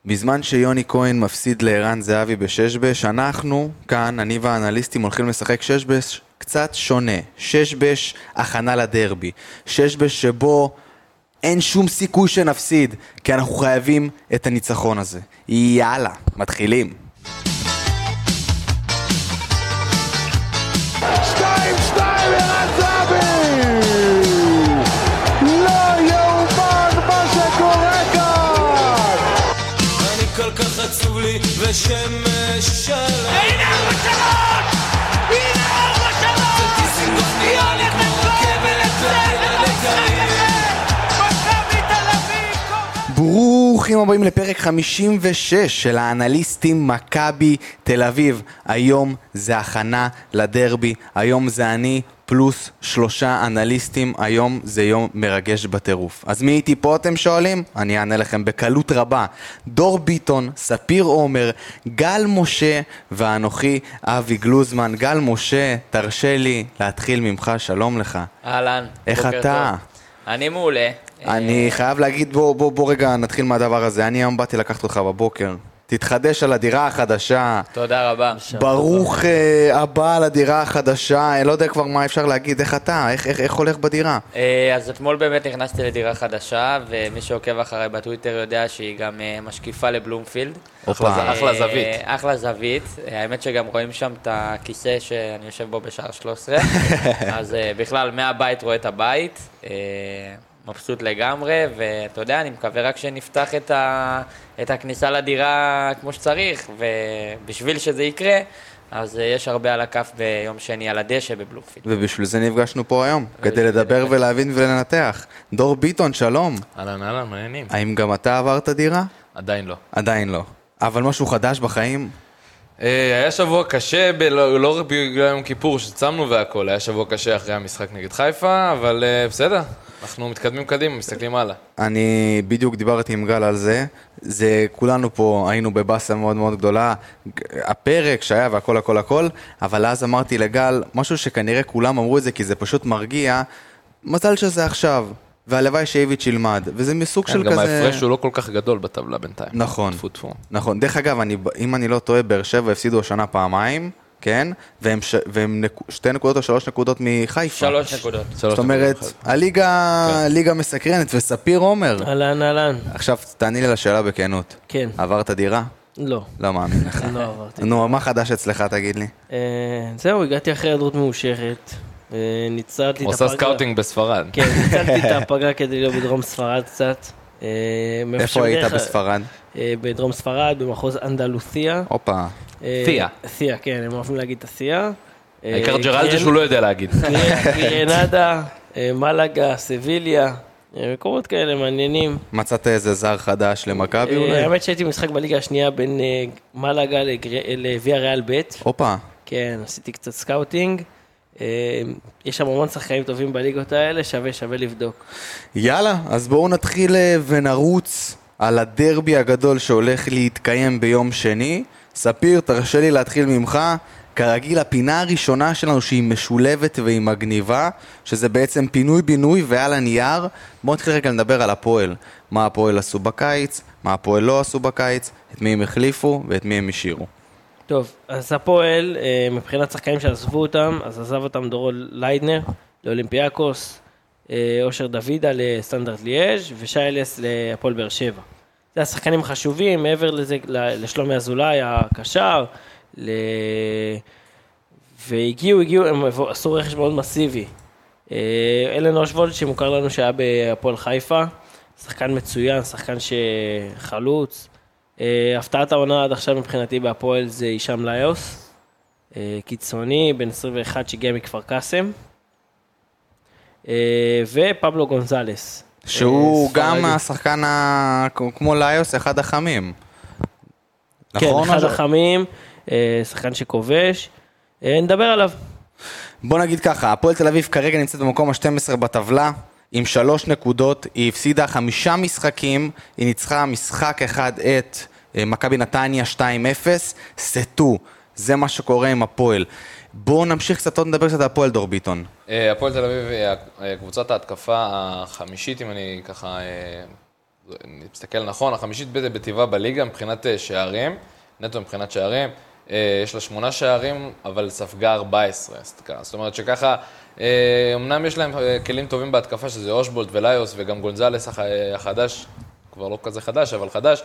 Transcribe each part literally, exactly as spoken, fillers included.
בזמן שיוני כהן מפסיד לערן זהבי בששבש, אנחנו כאן, אני והאנליסטים הולכים לשחק ששבש קצת שונה. ששבש הכנה לדרבי. ששבש שבו אין שום סיכוי שנפסיד, כי אנחנו חייבים את הניצחון הזה. יאללה, מתחילים. שתיים שתיים ערן זהבי! לא יאומן מה שקורה כאן! אני כל כך עצוב לי ושמש שלם. הנה ארבע שלוש! הנה ארבע שלוש! זה דיסינגוף נראה לי כמו רכבת לילה לקריב. מכבי תל אביב! ברוכים הבאים לפרק חמישים ושש של האנליסטים מכבי תל אביב. היום זה הכנה לדרבי, היום זה אני פלוס שלושה אנליסטים, היום זה יום מרגש בטירוף. אז מי איתי פה אתם שואלים? אני אענה לכם בקלות רבה. דור ביטון, ספיר עומר, גל משה ואנוכי אבי גלוזמן. גל משה, תרשה לי להתחיל ממך, שלום לך. אהלן, איך אתה? אני מעולה. אני חייב להגיד, בוא, בוא, בוא רגע נתחיל מהדבר הזה. אני היום באתי לקחת אותך בבוקר. תתחדש על הדירה החדשה. תודה רבה. ברוך uh, הבא על הדירה החדשה. אני לא יודע כבר מה אפשר להגיד. איך אתה? איך, איך, איך הולך בדירה? אז אתמול באמת נכנסתי לדירה חדשה, ומי שעוקב אחריי בטוויטר יודע שהיא גם משקיפה לבלומפילד. אופה. אחלה זווית. אחלה זווית. האמת שגם רואים שם את הכיסא שאני יושב בו בשער שלוש עשרה. אז בכלל מהבית רואה את הבית. מבסוט לגמרי, ואתה יודע, אני מקווה רק שנפתח את, ה... את הכניסה לדירה כמו שצריך, ובשביל שזה יקרה, אז יש הרבה על הכף ביום שני על הדשא בבלומפילד. ובשביל זה נפגשנו פה היום, כדי לדבר ולהבין ולנתח. דור ביטון, שלום. אהלן, אהלן, מעניינים. האם גם אתה עברת דירה? עדיין לא. עדיין לא. אבל משהו חדש בחיים? היה שבוע קשה, לא רק בגלל יום כיפור שצמנו והכל, היה שבוע קשה אחרי המשחק נגד חיפה, אבל בסדר. אנחנו מתקדמים קדימה, מסתכלים הלאה. אני בדיוק דיברתי עם גל על זה. זה כולנו פה היינו בבאסה מאוד מאוד גדולה. הפרק שהיה והכל הכל הכל, אבל אז אמרתי לגל, משהו שכנראה כולם אמרו את זה כי זה פשוט מרגיע, מזל שזה עכשיו, והלוואי שאיביץ' ילמד, וזה מסוג של כזה... גם ההפרש הוא לא כל כך גדול בטבלה בינתיים. נכון, טפו-טפו. נכון. דרך אגב, אני, אם אני לא טועה, באר שבע הפסידו השנה פעמיים, כן? והם, ש... והם נק... שתי נקודות או שלוש נקודות מחיפה. שלוש נקודות. זאת אומרת, הליגה, ליגה מסקרנת, וספיר עומר. אהלן, אהלן. עכשיו, תעני לי לשאלה בכנות. כן. עברת דירה? לא. לא מאמין לך. לא עברתי. נו, מה חדש אצלך, תגיד לי? אה, זהו, הגעתי אחרי היעדרות מאושרת. אה, ניצלתי את עושה הפגרה. סקאוטינג בספרד. כן, ניצלתי את הפגרה כדי להיות בדרום ספרד קצת. אה, איפה היית בספרד? אה, בדרום ספרד, במחוז אנדלוסיה. הופה. אה, תיה. תיה, כן, הם אוהבים להגיד את התיה. העיקר ג'רלדה שהוא לא יודע להגיד. גרנדה, מלאגה, סביליה, מקומות כאלה מעניינים. מצאת איזה זר חדש למכבי אולי? האמת שהייתי במשחק בליגה השנייה בין מלאגה לוויה ריאל בית. הופה. כן, עשיתי קצת סקאוטינג. יש שם המון שחקנים טובים בליגות האלה, שווה שווה לבדוק. יאללה, אז בואו נתחיל ונרוץ על הדרבי הגדול שהולך להתקיים ביום שני. ספיר, תרשה לי להתחיל ממך. כרגיל, הפינה הראשונה שלנו שהיא משולבת והיא מגניבה, שזה בעצם פינוי-בינוי ועל הנייר. בואו נתחיל רגע לדבר על הפועל. מה הפועל עשו בקיץ, מה הפועל לא עשו בקיץ, את מי הם החליפו ואת מי הם השאירו. טוב, אז הפועל, מבחינת שחקנים שעזבו אותם, אז עזב אותם דורון ליידנר לאולימפיאקוס, אושר דוידה לסטנדרט ליאז' ושי אלס להפועל באר שבע. זה השחקנים חשובים, מעבר לזה, לשלומי אזולאי, הקשר, ל... והגיעו, הגיעו, הם עשו רכש מאוד מסיבי. אלן אושוולד, שמוכר לנו שהיה בהפועל חיפה, שחקן מצוין, שחקן שחלוץ. הפתעת העונה עד עכשיו מבחינתי בהפועל זה הישאם ליוס, קיצוני, בן עשרים ואחת שהגיע מכפר קאסם, ופבלו גונזלס. שהוא גם השחקן כמו ליוס, אחד החמים. כן, אחד החמים, שחקן שכובש, נדבר עליו. בוא נגיד ככה, הפועל תל אביב כרגע נמצאת במקום ה-שתים עשרה בטבלה, עם שלוש נקודות, היא הפסידה חמישה משחקים, היא ניצחה משחק אחד את מכבי נתניה שתיים אפס, סטו, זה מה שקורה עם הפועל. בואו נמשיך קצת עוד נדבר קצת על הפועל, דור ביטון. הפועל תל אביב היא קבוצת ההתקפה החמישית, אם אני ככה אני מסתכל נכון, החמישית בטבעה בליגה מבחינת שערים, נטו מבחינת שערים, יש לה שמונה שערים, אבל ספגה ארבע עשרה. זאת אומרת שככה, אמנם יש להם כלים טובים בהתקפה, שזה אושבולט וליוס וגם גונזלס החדש, כבר לא כזה חדש, אבל חדש,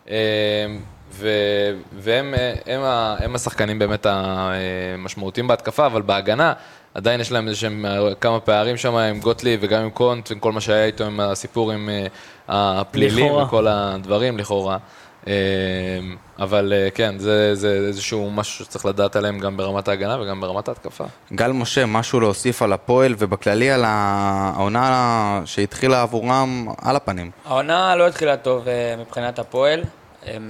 והם הם, הם השחקנים באמת המשמעותיים בהתקפה, אבל בהגנה עדיין יש להם איזשהם כמה פערים שם עם גוטלי וגם עם קונט, עם כל מה שהיה איתו עם הסיפור עם הפלילים לכאורה. וכל הדברים לכאורה. אבל כן, זה, זה איזשהו משהו שצריך לדעת עליהם גם ברמת ההגנה וגם ברמת ההתקפה. גל משה, משהו להוסיף על הפועל ובכללי על העונה שהתחילה עבורם על הפנים. העונה לא התחילה טוב מבחינת הפועל, הם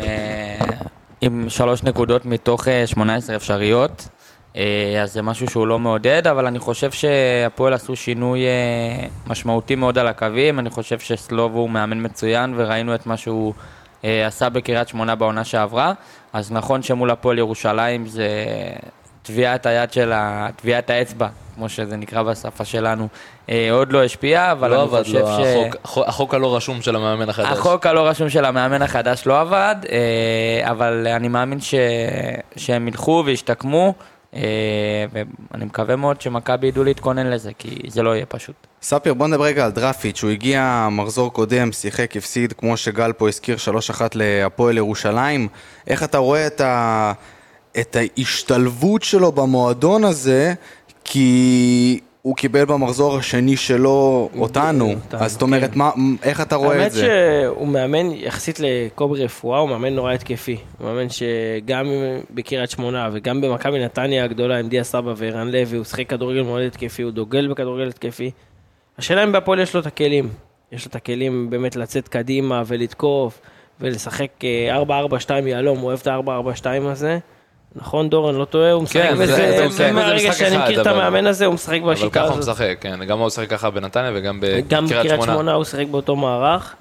עם שלוש נקודות מתוך שמונה עשרה אפשריות, אז זה משהו שהוא לא מעודד, אבל אני חושב שהפועל עשו שינוי משמעותי מאוד על הקווים, אני חושב שסלוב הוא מאמן מצוין וראינו את מה שהוא עשה בקריית שמונה בעונה שעברה, אז נכון שמול הפועל ירושלים זה טביעת היד של טביעת האצבע, כמו שזה נקרא בשפה שלנו, עוד לא השפיע, אבל לא אני עבד חושב לו, ש... החוק, החוק הלא רשום של המאמן החדש. החוק הלא רשום של המאמן החדש לא עבד, אבל אני מאמין ש... שהם ילכו וישתקמו, ואני מקווה מאוד שמכבי ידעו להתכונן לזה, כי זה לא יהיה פשוט. ספיר, בוא נדבר רגע על דרפיץ', הוא הגיע מחזור קודם, שיחק, הפסיד, כמו שגל פה הזכיר, שלוש אחת להפועל ירושלים. איך אתה רואה את, ה... את ההשתלבות שלו במועדון הזה, כי הוא קיבל במחזור השני שלו אותנו, אז זאת אומרת, מה, איך אתה רואה את זה? האמת שהוא מאמן יחסית לקובי רפואה, הוא מאמן נורא התקפי, הוא מאמן שגם בקריית שמונה וגם במכבי נתניה הגדולה עם דיה סבא וערן לוי, הוא שחק כדורגל מאוד התקפי, הוא דוגל בכדורגל התקפי. השאלה אם בהפועל יש לו את הכלים, יש לו את הכלים באמת לצאת קדימה ולתקוף ולשחק ארבע ארבע שתיים יעלום, הוא אוהב את ה-ארבע ארבע שתיים הזה. נכון, דורון, לא טועה, הוא משחק בזה, מהרגע שאני מכיר את המאמן הזה, הוא משחק בשיטה הזאת. אבל ככה הוא משחק, כן, גם הוא משחק ככה בנתניה וגם בקריית שמונה. גם בקריית שמונה הוא משחק באותו מערך.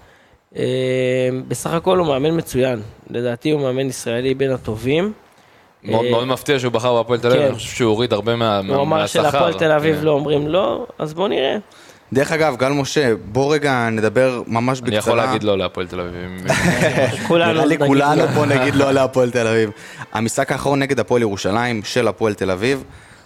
בסך הכל הוא מאמן מצוין, לדעתי הוא מאמן ישראלי בין הטובים. מאוד מפתיע שהוא בחר בהפועל תל אביב, אני חושב שהוא הוריד הרבה מהשכר. הוא אמר שלהפועל תל אביב לא אומרים לא, אז בוא נראה. דרך אגב, גל משה, בוא רגע נדבר ממש בקצרה. אני יכול להגיד לא להפועל תל אביב. נראה לי כולנו פה נגיד לא להפועל תל אביב. המשחק האחרון נגד הפועל ירושלים של הפועל תל אביב,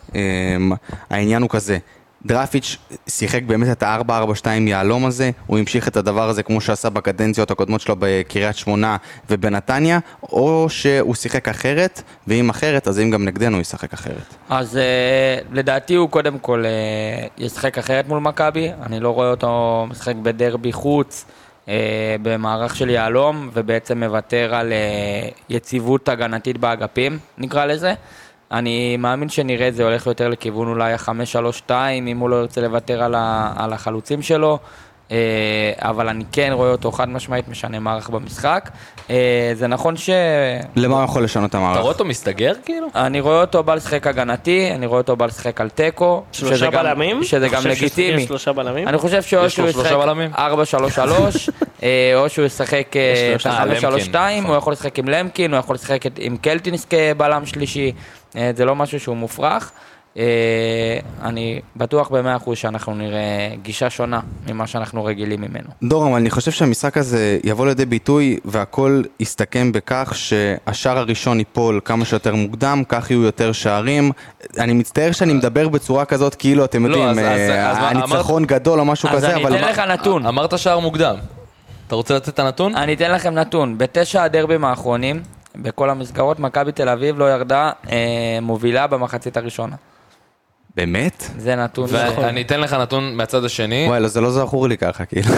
העניין הוא כזה, דרפיץ' שיחק באמת את ה-ארבע ארבע שתיים יעלום הזה, הוא המשיך את הדבר הזה כמו שעשה בקדנציות הקודמות שלו בקריית שמונה ובנתניה, או שהוא שיחק אחרת, ואם אחרת, אז אם גם נגדנו ישחק אחרת. אז לדעתי הוא קודם כל ישחק אחרת מול מכבי, אני לא רואה אותו משחק בדרבי חוץ, במערך של יעלום, ובעצם מוותר על יציבות הגנתית באגפים, נקרא לזה. אני מאמין שנראה את זה הולך יותר לכיוון אולי ה-חמש שלוש שתיים, אם הוא לא ירצה לוותר על, ה- על החלוצים שלו, אבל אני כן רואה אותו חד משמעית משנה מערך במשחק. זה נכון ש... למה הוא יכול לשנות את המערך? אתה רואה אותו מסתגר כאילו? אני רואה אותו בא לשחק הגנתי, אני רואה אותו בא לשחק על טקו. שלושה בלמים? שזה גם לגיטימי. יש שלושה בלמים? אני חושב שאו שהוא ישחק ארבע שלוש שלוש, או שהוא ישחק את ה-חמש שלוש שתיים, הוא יכול לשחק עם למקין, הוא יכול לשחק עם קלטינס כבלם שלישי. זה לא משהו שהוא מופרך. אני בטוח במאה אחוז שאנחנו נראה גישה שונה ממה שאנחנו רגילים ממנו. דורם, אני חושב שהמשחק הזה יבוא לידי ביטוי והכל יסתכם בכך שהשער הראשון ייפול כמה שיותר מוקדם, כך יהיו יותר שערים. אני מצטער שאני מדבר בצורה כזאת כאילו אתם יודעים, הניצחון גדול או משהו כזה. אז אני אתן לך נתון. אמרת שער מוקדם. אתה רוצה לתת את הנתון? אני אתן לכם נתון. בתשע הדרבים האחרונים, בכל המסגרות, מכבי תל אביב לא ירדה מובילה במחצית הראשונה. באמת? זה נתון. ואני אתן לך נתון מהצד השני. וואי, זה לא זכור לי ככה, כאילו.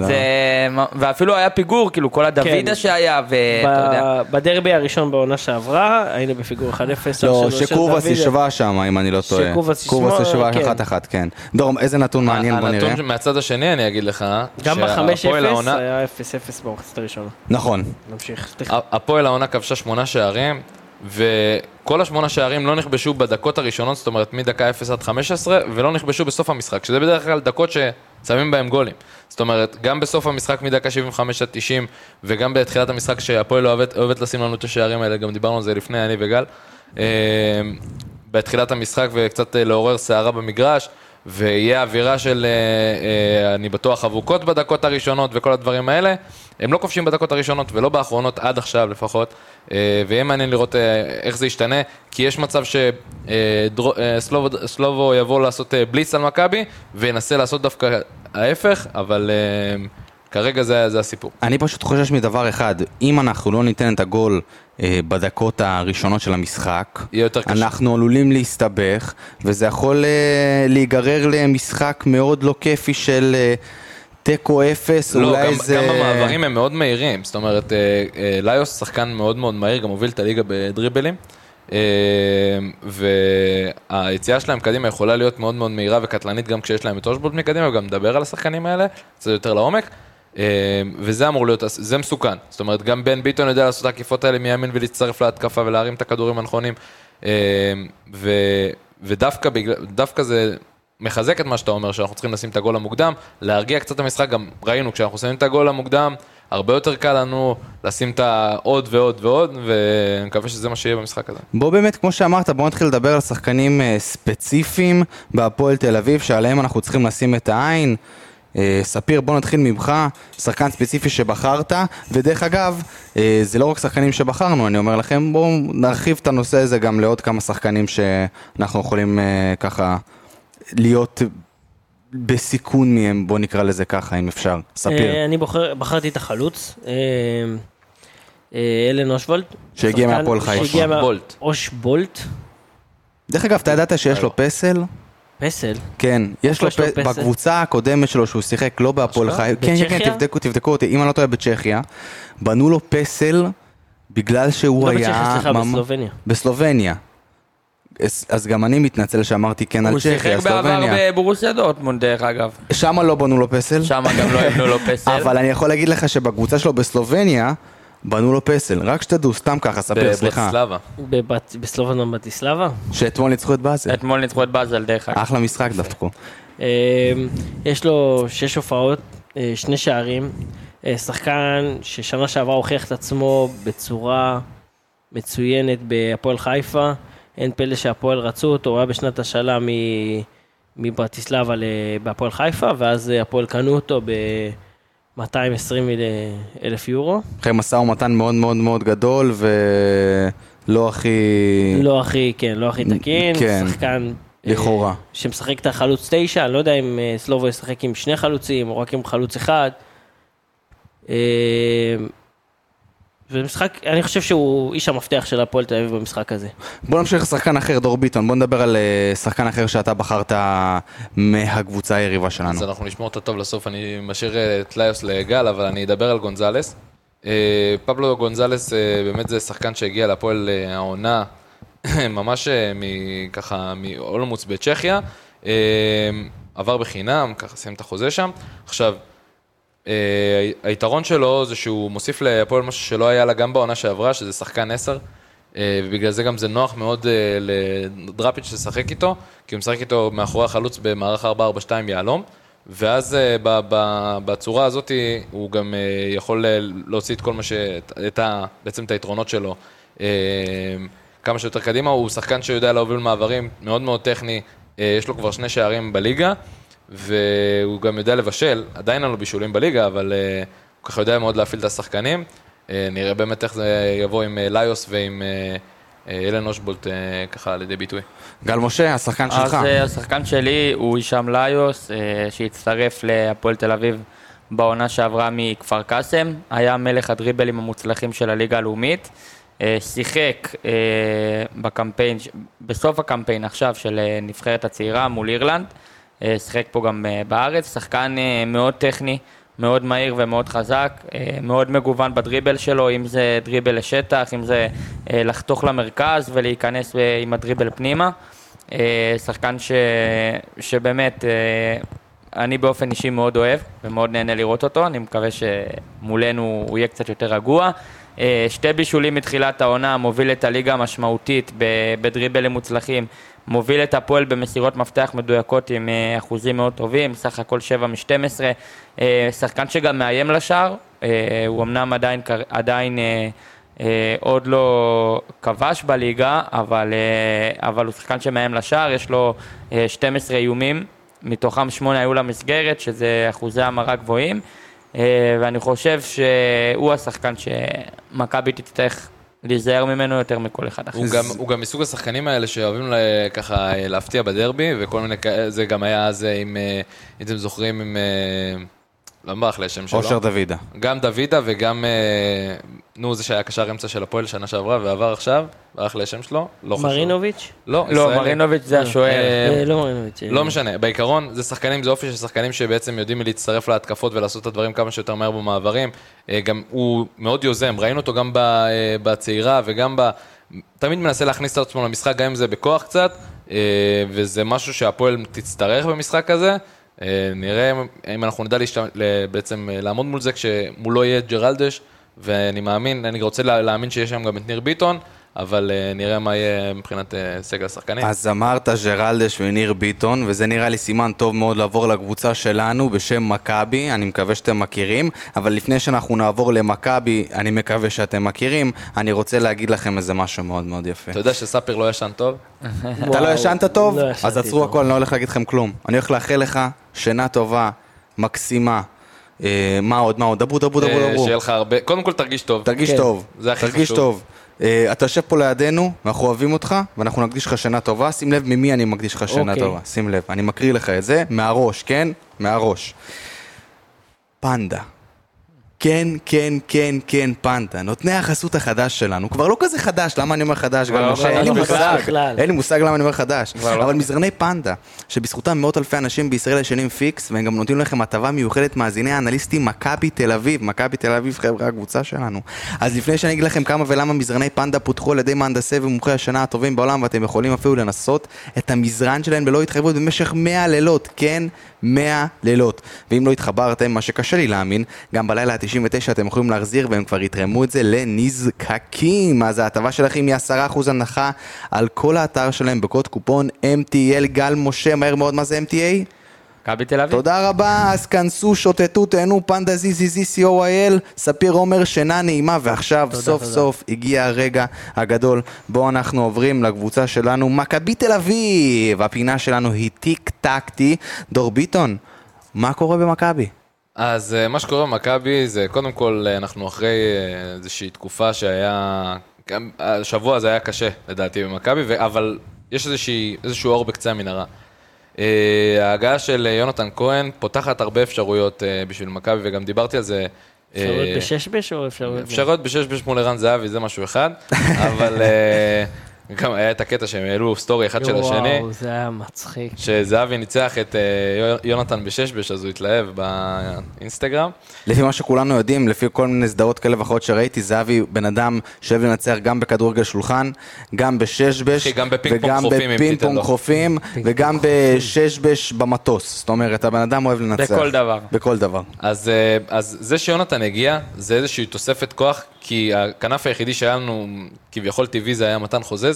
ואפילו היה פיגור, כאילו, כל הדוידה שהיה, ואתה יודע. בדרבי הראשון בעונה שעברה, היינו בפיגור אחד אפס. לא, שקובס ישבה שם, אם אני לא טועה. שקובס ישבה אחת אחת, כן. דורם, איזה נתון מעניין, בוא נראה. הנתון מהצד השני, אני אגיד לך, גם ב-חמש אפס היה אפס אפס במחצית הראשונה. נכון. נמשיך. הפועל העונה כבשה שמונה שערים, וכל השמונה שערים לא נכבשו בדקות הראשונות, זאת אומרת מדקה אפס עד חמש עשרה, ולא נכבשו בסוף המשחק, שזה בדרך כלל דקות ששמים בהם גולים. זאת אומרת, גם בסוף המשחק מדקה שבעים וחמש עד תשעים, וגם בתחילת המשחק שהפועל אוהבת, אוהבת לשים לנו את השערים האלה, גם דיברנו על זה לפני, אני וגל, בתחילת המשחק וקצת לעורר שערה במגרש, ויהיה אווירה של, אני בטוח, אבוקות בדקות הראשונות וכל הדברים האלה, הם לא כובשים בדקות הראשונות ולא באחרונות עד עכשיו לפחות, ויהיה מעניין לראות איך זה ישתנה, כי יש מצב שסלובו יבוא לעשות בליץ על מכבי, וינסה לעשות דווקא ההפך, אבל כרגע זה, זה הסיפור. אני פשוט חושש מדבר אחד, אם אנחנו לא ניתן את הגול אה, בדקות הראשונות של המשחק, יהיה יותר קשה. אנחנו עלולים להסתבך, וזה יכול אה, להיגרר למשחק מאוד לא כיפי של אה, טקו אפס, לא, אולי גם, זה... גם המעברים הם מאוד מהירים, זאת אומרת, אה, אה, ליוס שחקן מאוד מאוד מהיר, גם הוביל את הליגה בדריבלים, אה, והיציאה שלהם קדימה יכולה להיות מאוד מאוד מהירה וקטלנית, גם כשיש להם את אושבולט מקדימה, וגם מדבר על השחקנים האלה, זה יותר לעומק, וזה אמור להיות, זה מסוכן. זאת אומרת, גם בן ביטון יודע לעשות העקיפות האלה מימין ולהצטרף להתקפה ולהרים את הכדורים הנכונים, ודווקא דווקא זה מחזק את מה שאתה אומר, שאנחנו צריכים לשים את הגול המוקדם, להרגיע קצת המשחק, גם ראינו, כשאנחנו שמים את הגול המוקדם, הרבה יותר קל לנו לשים את העוד ועוד ועוד, ואני מקווה שזה מה שיהיה במשחק הזה. בוא באמת, כמו שאמרת, בוא נתחיל לדבר על שחקנים ספציפיים בהפועל תל אביב, שעליהם אנחנו צריכים לשים את העין. ספיר, בוא נתחיל ממך, שחקן ספציפי שבחרת, ודרך אגב, זה לא רק שחקנים שבחרנו, אני אומר לכם, בואו נרחיב את הנושא הזה גם לעוד כמה שחקנים שאנחנו יכולים ככה להיות בסיכון מהם, בוא נקרא לזה ככה, אם אפשר. ספיר. אני בחרתי את החלוץ, אלן אושבולט. שהגיע מהפועל חיפה. אושבולט. דרך אגב, אתה ידעת שיש לו פסל? פסל? כן, יש לו בקבוצה הקודמת שלו שהוא שיחק לא בהפועל חיפה. כן, כן, תבדקו, תבדקו אותי, אם אני לא טועה בצ'כיה, בנו לו פסל בגלל שהוא היה... לא בצ'כיה, סליחה, בסלובניה. בסלובניה. אז גם אני מתנצל שאמרתי כן על צ'כיה, סלובניה. הוא שיחק בעבר בברוסיה דורטמונד, דרך אגב. שמה לא בנו לו פסל. שמה גם לא בנו לו פסל. אבל אני יכול להגיד לך שבקבוצה שלו בסלובניה, בנו לו פסל, רק שתדעו, סתם ככה, ספיר, סליחה. בברטיסלבה. בסלובניה ברטיסלבה? שאתמול ניצחו את באזל. אתמול ניצחו את באזל, דרך אגב. אחלה משחק דווקא. יש לו שש הופעות, שני שערים, שחקן ששנה שעברה הוכיח את עצמו בצורה מצוינת בהפועל חיפה, אין פלא שהפועל רצו אותו, הוא היה בשנת השאלה מברטיסלבה בהפועל חיפה, ואז הפועל קנו אותו ב... מאתיים ועשרים אלף יורו. אחרי מסע ומתן מאוד מאוד מאוד גדול, ולא הכי... לא הכי, כן, לא הכי תקין. כן, שחקן... לכאורה. שמשחק את החלוץ תשע, אני לא יודע אם סלובו ישחק עם שני חלוצים, או רק עם חלוץ אחד. ומשחק, אני חושב שהוא איש המפתח של הפועל תל אביב במשחק הזה. בוא נמשיך לשחקן אחר, דור ביטון, בוא נדבר על שחקן אחר שאתה בחרת מהקבוצה היריבה שלנו. אז אנחנו נשמור את הטוב לסוף, אני משאיר את ליוס לגל, אבל אני אדבר על גונזלס. פבלו גונזלס באמת זה שחקן שהגיע לפועל העונה, ממש ככה מאולמוץ בצ'כיה, עבר בחינם, ככה סיים את החוזה שם. עכשיו, היתרון שלו זה שהוא מוסיף להפועל משהו שלא היה לה גם בעונה שעברה, שזה שחקן עשר, ובגלל זה גם זה נוח מאוד לדראפיץ' לשחק איתו, כי הוא משחק איתו מאחורי החלוץ במערך ארבע ארבע שתיים יעלום, ואז בצורה הזאת הוא גם יכול להוציא את כל מה ש... את ה... בעצם את היתרונות שלו כמה שיותר קדימה. הוא שחקן שיודע להוביל מעברים, מאוד מאוד טכני, יש לו כבר שני שערים בליגה, והוא גם יודע לבשל, עדיין אין לו בישולים בליגה, אבל הוא ככה יודע מאוד להפעיל את השחקנים. נראה באמת איך זה יבוא עם ליוס ועם אלן אושבולט ככה לידי ביטוי. גל משה, השחקן שלך. אז השחקן שלי הוא הישאם ליוס, שהצטרף להפועל תל אביב בעונה שעברה מכפר קאסם, היה מלך הדריבלים המוצלחים של הליגה הלאומית, שיחק בקמפיין, בסוף הקמפיין עכשיו של נבחרת הצעירה מול אירלנד, שיחק פה גם בארץ, שחקן מאוד טכני, מאוד מהיר ומאוד חזק, מאוד מגוון בדריבל שלו, אם זה דריבל לשטח, אם זה לחתוך למרכז ולהיכנס עם הדריבל פנימה. שחקן ש... שבאמת אני באופן אישי מאוד אוהב ומאוד נהנה לראות אותו, אני מקווה שמולנו הוא יהיה קצת יותר רגוע. שתי בישולים מתחילת העונה, מוביל את הליגה המשמעותית בדריבלים מוצלחים, מוביל את הפועל במסירות מפתח מדויקות עם אחוזים מאוד טובים, סך הכל שבע משתים עשרה, שחקן שגם מאיים לשער, הוא אמנם עדיין, עדיין עוד לא כבש בליגה, אבל, אבל הוא שחקן שמאיים לשער, יש לו שתים עשרה איומים מתוכם שמונה היו למסגרת, שזה אחוזי המרה גבוהים, ואני חושב שהוא השחקן שמכבי תצטרך להיזהר ממנו יותר מכל אחד אחר. הוא גם, הוא גם מסוג השחקנים האלה שאוהבים לה, ככה להפתיע בדרבי, וכל מיני, זה גם היה אז, אם, אם אתם זוכרים, עם, לא ברח לי השם שלו. אושר דוידה. גם דוידה וגם, נו, זה שהיה קשר אמצע של הפועל שנה שעברה, ועבר עכשיו, ברח לי השם שלו, לא חשוב. מרינוביץ'? לא, לא, מרינוביץ' זה השוער. לא מרינוביץ'. לא משנה, בעיקרון זה שחקנים, זה אופי של שחקנים שבעצם יודעים להצטרף להתקפות ולעשות את הדברים כמה שיותר מהר במעברים. גם הוא מאוד יוזם, ראינו אותו גם בצעירה וגם ב... תמיד מנסה להכניס את עצמו למשחק, גם אם זה בכוח קצת, וזה משהו שהפועל תצטרך במשחק הזה. נראה אם אנחנו נדע בעצם לעמוד מול זה כשמולו יהיה ג'רלדש, ואני מאמין, אני רוצה להאמין שיש שם גם את ניר ביטון, אבל נראה מה יהיה מבחינת סגל השחקנים. אז אמרת ג'רלדש וניר ביטון, וזה נראה לי סימן טוב מאוד לעבור לקבוצה שלנו בשם מכבי, אני מקווה שאתם מכירים, אבל לפני שאנחנו נעבור למכבי, אני מקווה שאתם מכירים, אני רוצה להגיד לכם איזה משהו מאוד מאוד יפה. אתה יודע שספיר לא ישן טוב? אתה לא ישנת טוב? לא אז ישנתי עצרו טוב. הכל, אני לא הולך להגיד לכם כלום. אני הולך לאחל לך שינה טובה, מקסימה. אה, מה עוד, מה עוד? דברו, דברו, דברו, דברו. שיהיה לך הרבה, קודם כל תרגיש טוב. תרגיש כן. טוב, זה הכי תרגיש חשוב. טוב. אה, אתה יושב פה לידינו, ואנחנו אוהבים אותך, ואנחנו נקדיש לך שינה טובה. שים לב ממי אני מקדיש לך שינה אוקיי. טובה. שים לב, אני מקריא לך את זה מהראש, כן? מהראש. פנדה. כן, כן, כן, כן, פנדה. נותני החסות החדש שלנו. כבר לא כזה חדש, למה אני אומר חדש? כבר גם לא משה, אין לי חדש מושג. בכלל. אין לי מושג למה אני אומר חדש. כבר לא אבל חדש. מזרני פנדה, שבזכותם מאות אלפי אנשים בישראל ישנים פיקס, והם גם נותנים לכם הטבה מיוחדת מאזיני האנליסטים מכבי תל אביב. מכבי תל אביב, חבר'ה, הקבוצה שלנו. אז לפני שאני אגיד לכם כמה ולמה מזרני פנדה פותחו על ידי מהנדסי ומומחי השנה הטובים בעולם, ואתם יכולים אפילו לנסות את המזרן שלהם בלא התחייבות במשך מאה לילות. כן, מאה לילות. ואם לא התחברתם, מה שקשה לי להאמין, גם בלילה ה-תשעים ותשע אתם יכולים להחזיר, והם כבר יתרמו את זה לנזקקים. אז ההטבה שלכם היא עשרה אחוז הנחה על כל האתר שלהם בקוד קופון אם טי אל. גל משה, מהר מאוד, מה זה אם טי איי? מכבי תל אביב. תודה רבה, אז כנסו, שוטטו, תהנו, פנדה זי זי זי סי או איי אל, ספיר עומר, שינה נעימה, ועכשיו תודה, סוף תודה. סוף הגיע הרגע הגדול, בו אנחנו עוברים לקבוצה שלנו, מכבי תל אביב. הפינה שלנו היא טיק טקטי. דור ביטון, מה קורה במכבי? אז מה שקורה במכבי זה, קודם כל, אנחנו אחרי איזושהי תקופה שהיה, גם השבוע זה היה קשה, לדעתי, במכבי, אבל יש איזושהי, איזשהו אור בקצה המנהרה. ההגעה של יונתן כהן פותחת הרבה אפשרויות בשביל מכבי, וגם דיברתי על זה. אפשרויות בשש-בש או אפשרויות? אפשרויות בשש-בש מול ערן זהבי, זה משהו אחד, אבל גם היה את הקטע שהם העלו סטורי אחד של השני. וואו, זה היה מצחיק. שזהבי ניצח את יונתן בשש-בש, אז הוא התלהב באינסטגרם. לפי מה שכולנו יודעים, לפי כל מיני סדרות כאלה ואחרות שראיתי, זהבי בן אדם שאוהב לנצח גם בכדורגל שולחן, גם בשש-בש, גם בפינג פונג וגם חופים, אם בפינג תיתן פונג לו. חופים, וגם בשש-בש במטוס. זאת אומרת, הבן אדם אוהב לנצח. בכל דבר. בכל דבר. אז, אז זה שיונתן הגיע, זה איזושהי תוספת כוח, כי הכנף היחידי שהיה לנו, כביכול טבעי, זה היה מתן חוזז,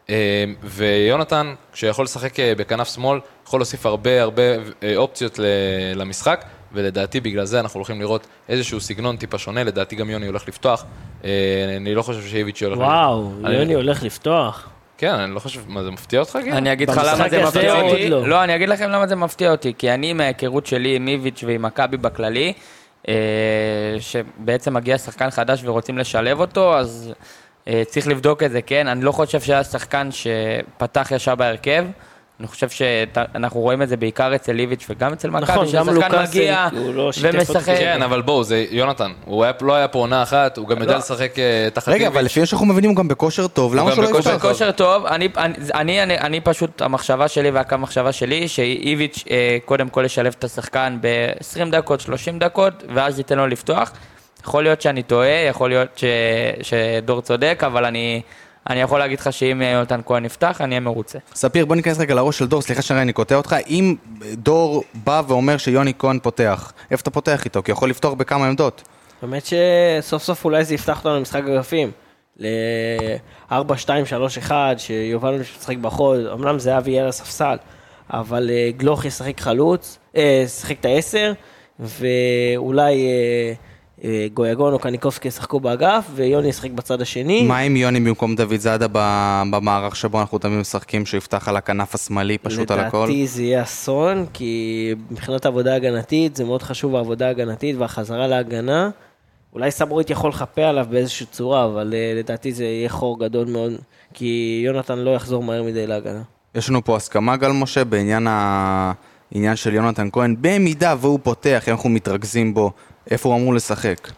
ויונתן, כשיכול לשחק בכנף שמאל, יכול להוסיף הרבה הרבה אופציות למשחק, ולדעתי בגלל זה אנחנו הולכים לראות איזשהו סגנון טיפה שונה, לדעתי גם יוני הולך לפתוח, אני לא חושב שאיביץ' הולך... וואו, אני- יוני הולך לפתוח. כן, אני לא חושב, מה זה מפתיע אותך? גיל? אני אגיד לך במשחק למה זה הזה מפתיע עוד אותי. לא. לא, אני אגיד לכם למה זה מפתיע אותי, כי אני מההיכרות שלי עם איביץ' ועם מכבי בכללי, אה, שבעצם מגיע שחקן חדש ורוצים לשלב אותו, אז אה, צריך לבדוק את זה, כן? אני לא חושב שהיה שחקן שפתח ישר בהרכב, אני חושב שאנחנו רואים את זה בעיקר אצל איביץ' וגם אצל מכבי, נכון, גם שהשחקן לוקאסן, מגיע הוא לא שיתף אותי. ומשחק. כן, אבל בואו, זה יונתן, הוא היה- לא היה פה עונה אחת, הוא גם יודע לשחק אה, תחת רגע, איביץ'. אבל לפי שאנחנו מבינים, הוא גם בכושר טוב, למה גם שלא בכושר יפתח? כושר טוב, אני, אני, אני, אני, אני פשוט, המחשבה שלי והקו המחשבה שלי, שאיביץ' אה, קודם כל ישלב את השחקן ב-עשרים דקות, שלושים דקות, ואז ייתן לו לפתוח. יכול להיות שאני טועה, יכול להיות ש, שדור צודק, אבל אני, אני יכול להגיד לך שאם יונתן כהן נפתח, אני אהיה מרוצה. ספיר, בוא ניכנס רגע לראש של דור, סליחה שאני אני קוטע אותך. אם דור בא ואומר שיוני כהן פותח, איפה אתה פותח איתו? כי יכול לפתוח בכמה עמדות. באמת שסוף סוף אולי זה יפתח אותנו למשחק אגפים. ל-ארבע שתיים שלוש אחת, שיובלנו לשחק בחוד, אמנם זהבי יהיה על הספסל, אבל אה, גלוך ישחק חלוץ, אה, ישחק את העשר, ואולי אה, גויגון או קניקובסקי ישחקו באגף, ויוני ישחק בצד השני. מה עם יוני במקום דוד זאדה במערך שבו אנחנו תמיד משחקים, שיפתח על הכנף השמאלי, פשוט על הכל? לדעתי זה יהיה אסון, כי מבחינת העבודה הגנתית, זה מאוד חשוב העבודה הגנתית והחזרה להגנה. אולי סבורית יכול לחפה עליו באיזושהי צורה, אבל לדעתי זה יהיה חור גדול מאוד, כי יונתן לא יחזור מהר מדי להגנה. יש לנו פה הסכמה, גל משה, בעניין העניין של יונתן כהן, במידה והוא פותח, אנחנו מתרכזים בו, איפה הוא אמור לשחק?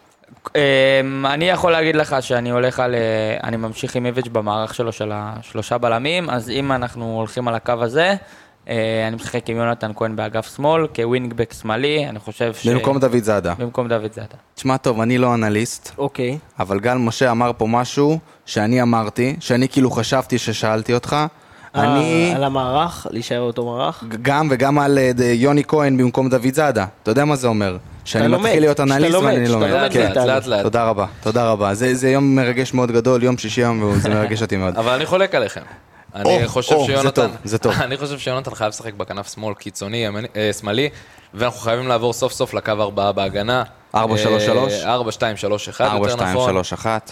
אני יכול להגיד לך שאני הולך על, אני ממשיך עם איביץ' במערך שלו של השלושה בלמים, אז אם אנחנו הולכים על הקו הזה, אני משחק עם יונתן כהן באגף שמאל, כווינגבק שמאלי, אני חושב ש... במקום דוד זאדה. במקום דוד זאדה. תשמע טוב, אני לא אנליסט. אוקיי. אבל גל משה אמר פה משהו שאני אמרתי, שאני כאילו חשבתי ששאלתי אותך. אני... על המערך, להישאר אותו מערך? גם וגם על יוני כהן במקום דוד זאדה. אתה יודע מה זה אומר? שאני מתחיל להיות אנליסט ואני לא לומד. לאט לאט. תודה רבה, תודה רבה. זה יום מרגש מאוד גדול, יום שישי יום, וזה מרגש אותי מאוד. אבל אני חולק עליכם. אני חושב שיונתן, זה טוב. אני חושב שיונתן חייב לשחק בכנף שמאל קיצוני, שמאלי, ואנחנו חייבים לעבור סוף סוף לקו ארבעה בהגנה. ארבע שלוש שלוש ארבע שתיים שלוש אחת, ארבע שתיים שלוש אחת.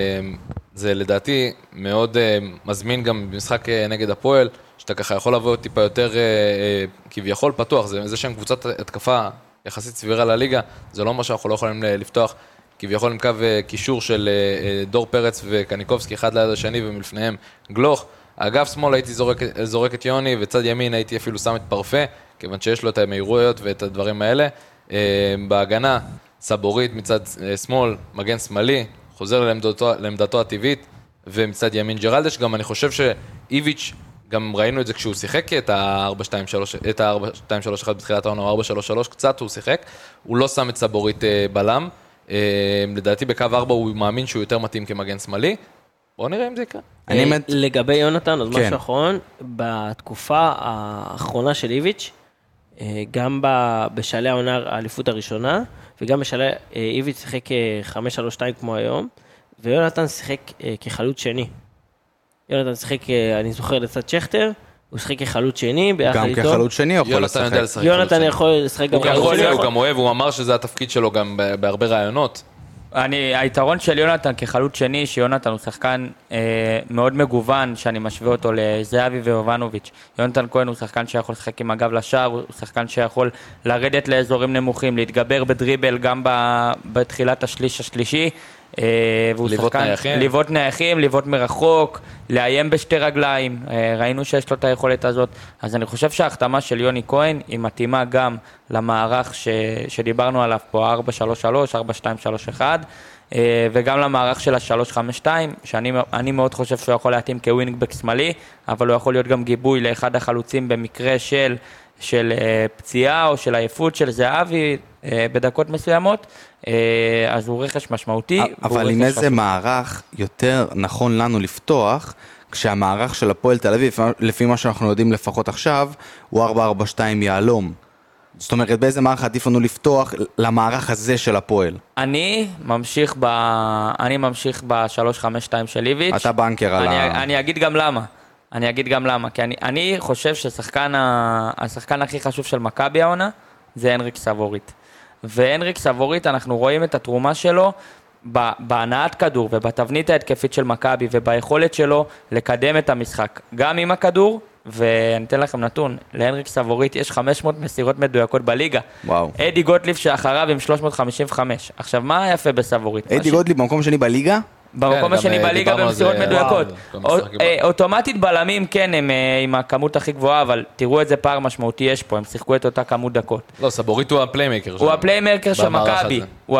זה לדעתי מאוד מזמין גם במשחק נגד הפועל, שאתה ככה יכול לבוא טיפה יותר כביכול פתוח, זה שהם קבוצת התקפה יחסית סבירה לליגה, זה לא מה שאנחנו לא יכולים לפתוח, כביכול עם קו קישור של דור פרץ וקניקובסקי אחד ליד השני ומלפניהם גלוך. אגף שמאל הייתי זורק, זורק את יוני, וצד ימין הייתי אפילו שם את פרפה, כיוון שיש לו את המהירויות ואת הדברים האלה. בהגנה, סבורית מצד שמאל, מגן שמאלי, חוזר לעמדתו, לעמדתו הטבעית, ומצד ימין ג'רלדש. גם אני חושב שאיביץ', גם ראינו את זה כשהוא שיחק את ה-ארבע שתיים שלוש אחת בתחילת העונה, או ארבע שלוש שלוש, קצת הוא שיחק, הוא לא שם את סבורית בלם. לדעתי בקו ארבע הוא מאמין שהוא יותר מתאים כמגן שמאלי. בואו נראה אם זה יקרה. לגבי יונתן, אז משהו אחרון, בתקופה האחרונה של איביץ', גם בשעלי העונה האליפות הראשונה, וגם בשעלי איביץ' שיחק חמש שלוש שתיים כמו היום, ויונתן שיחק כחלוץ שני. יונתן שיחק, אני זוכר לצד שכטר, הוא שיחק כחלוץ שני, ביחד איתו. גם כחלוץ שני הוא יכול לשחק. יונתן יכול לשחק גם כחלוץ שני. הוא גם אוהב, הוא אמר שזה התפקיד שלו גם בהרבה רעיונות. אני, היתרון של יונתן כחלוץ שני, שיונתן הוא שחקן אה, מאוד מגוון, שאני משווה אותו לזהבי ויובנוביץ'. יונתן כהן הוא שחקן שיכול לשחק עם הגב לשער, הוא שחקן שיכול לרדת לאזורים נמוכים, להתגבר בדריבל גם ב, בתחילת השליש השלישי. אה, והוא ליוות שחקן, נייחים. ליוות נייחים, ליוות מרחוק, לאיים בשתי רגליים. אה, ראינו שיש לו את היכולת הזאת. אז אני חושב שההחתמה של יוני כהן היא מתאימה גם למערך ש, שדיברנו עליו פה, ארבע שלוש שלוש, ארבע שתיים שלוש אחת, וגם למערך של ה-שלוש חמש שתיים, שאני אני מאוד חושב שהוא יכול להתאים כווינגבק שמאלי, אבל הוא יכול להיות גם גיבוי לאחד החלוצים במקרה של, של פציעה או של עייפות של זהבי בדקות מסוימות, אז הוא רכש משמעותי. אבל עם איזה מערך יותר נכון לנו לפתוח, כשהמערך של הפועל תל אביב, לפי מה שאנחנו יודעים לפחות עכשיו, הוא ארבע ארבע שתיים יעלום. זאת אומרת, באיזה מערך עדיף לנו לפתוח למערך הזה של הפועל? אני ממשיך ב... אני ממשיך ב-שלוש חמש שתיים של איביץ'. אתה בנקר על ה... אני אגיד גם למה. אני אגיד גם למה. כי אני, אני חושב ששחקן ה... השחקן הכי חשוב של מכבי העונה זה הנריק סבורית. והנריק סבורית, אנחנו רואים את התרומה שלו בהנעת כדור ובתבנית ההתקפית של מכבי וביכולת שלו לקדם את המשחק. גם עם הכדור, ואני אתן לכם נתון, להנריק סבורית יש חמש מאות מסירות מדויקות בליגה. וואו. אדי גוטליב שאחריו עם שלוש מאות חמישים וחמש. עכשיו, מה יפה בסבורית? אדי גוטליב במקום שני בליגה? במקום השני בליגה במסירות מדויקות. אוטומטית בלמים, כן, הם עם הכמות הכי גבוהה, אבל תראו איזה פער משמעותי יש פה, הם שיחקו את אותה כמות דקות. לא, סבורית הוא הפליימקר. הוא הפליימקר של מכבי. הוא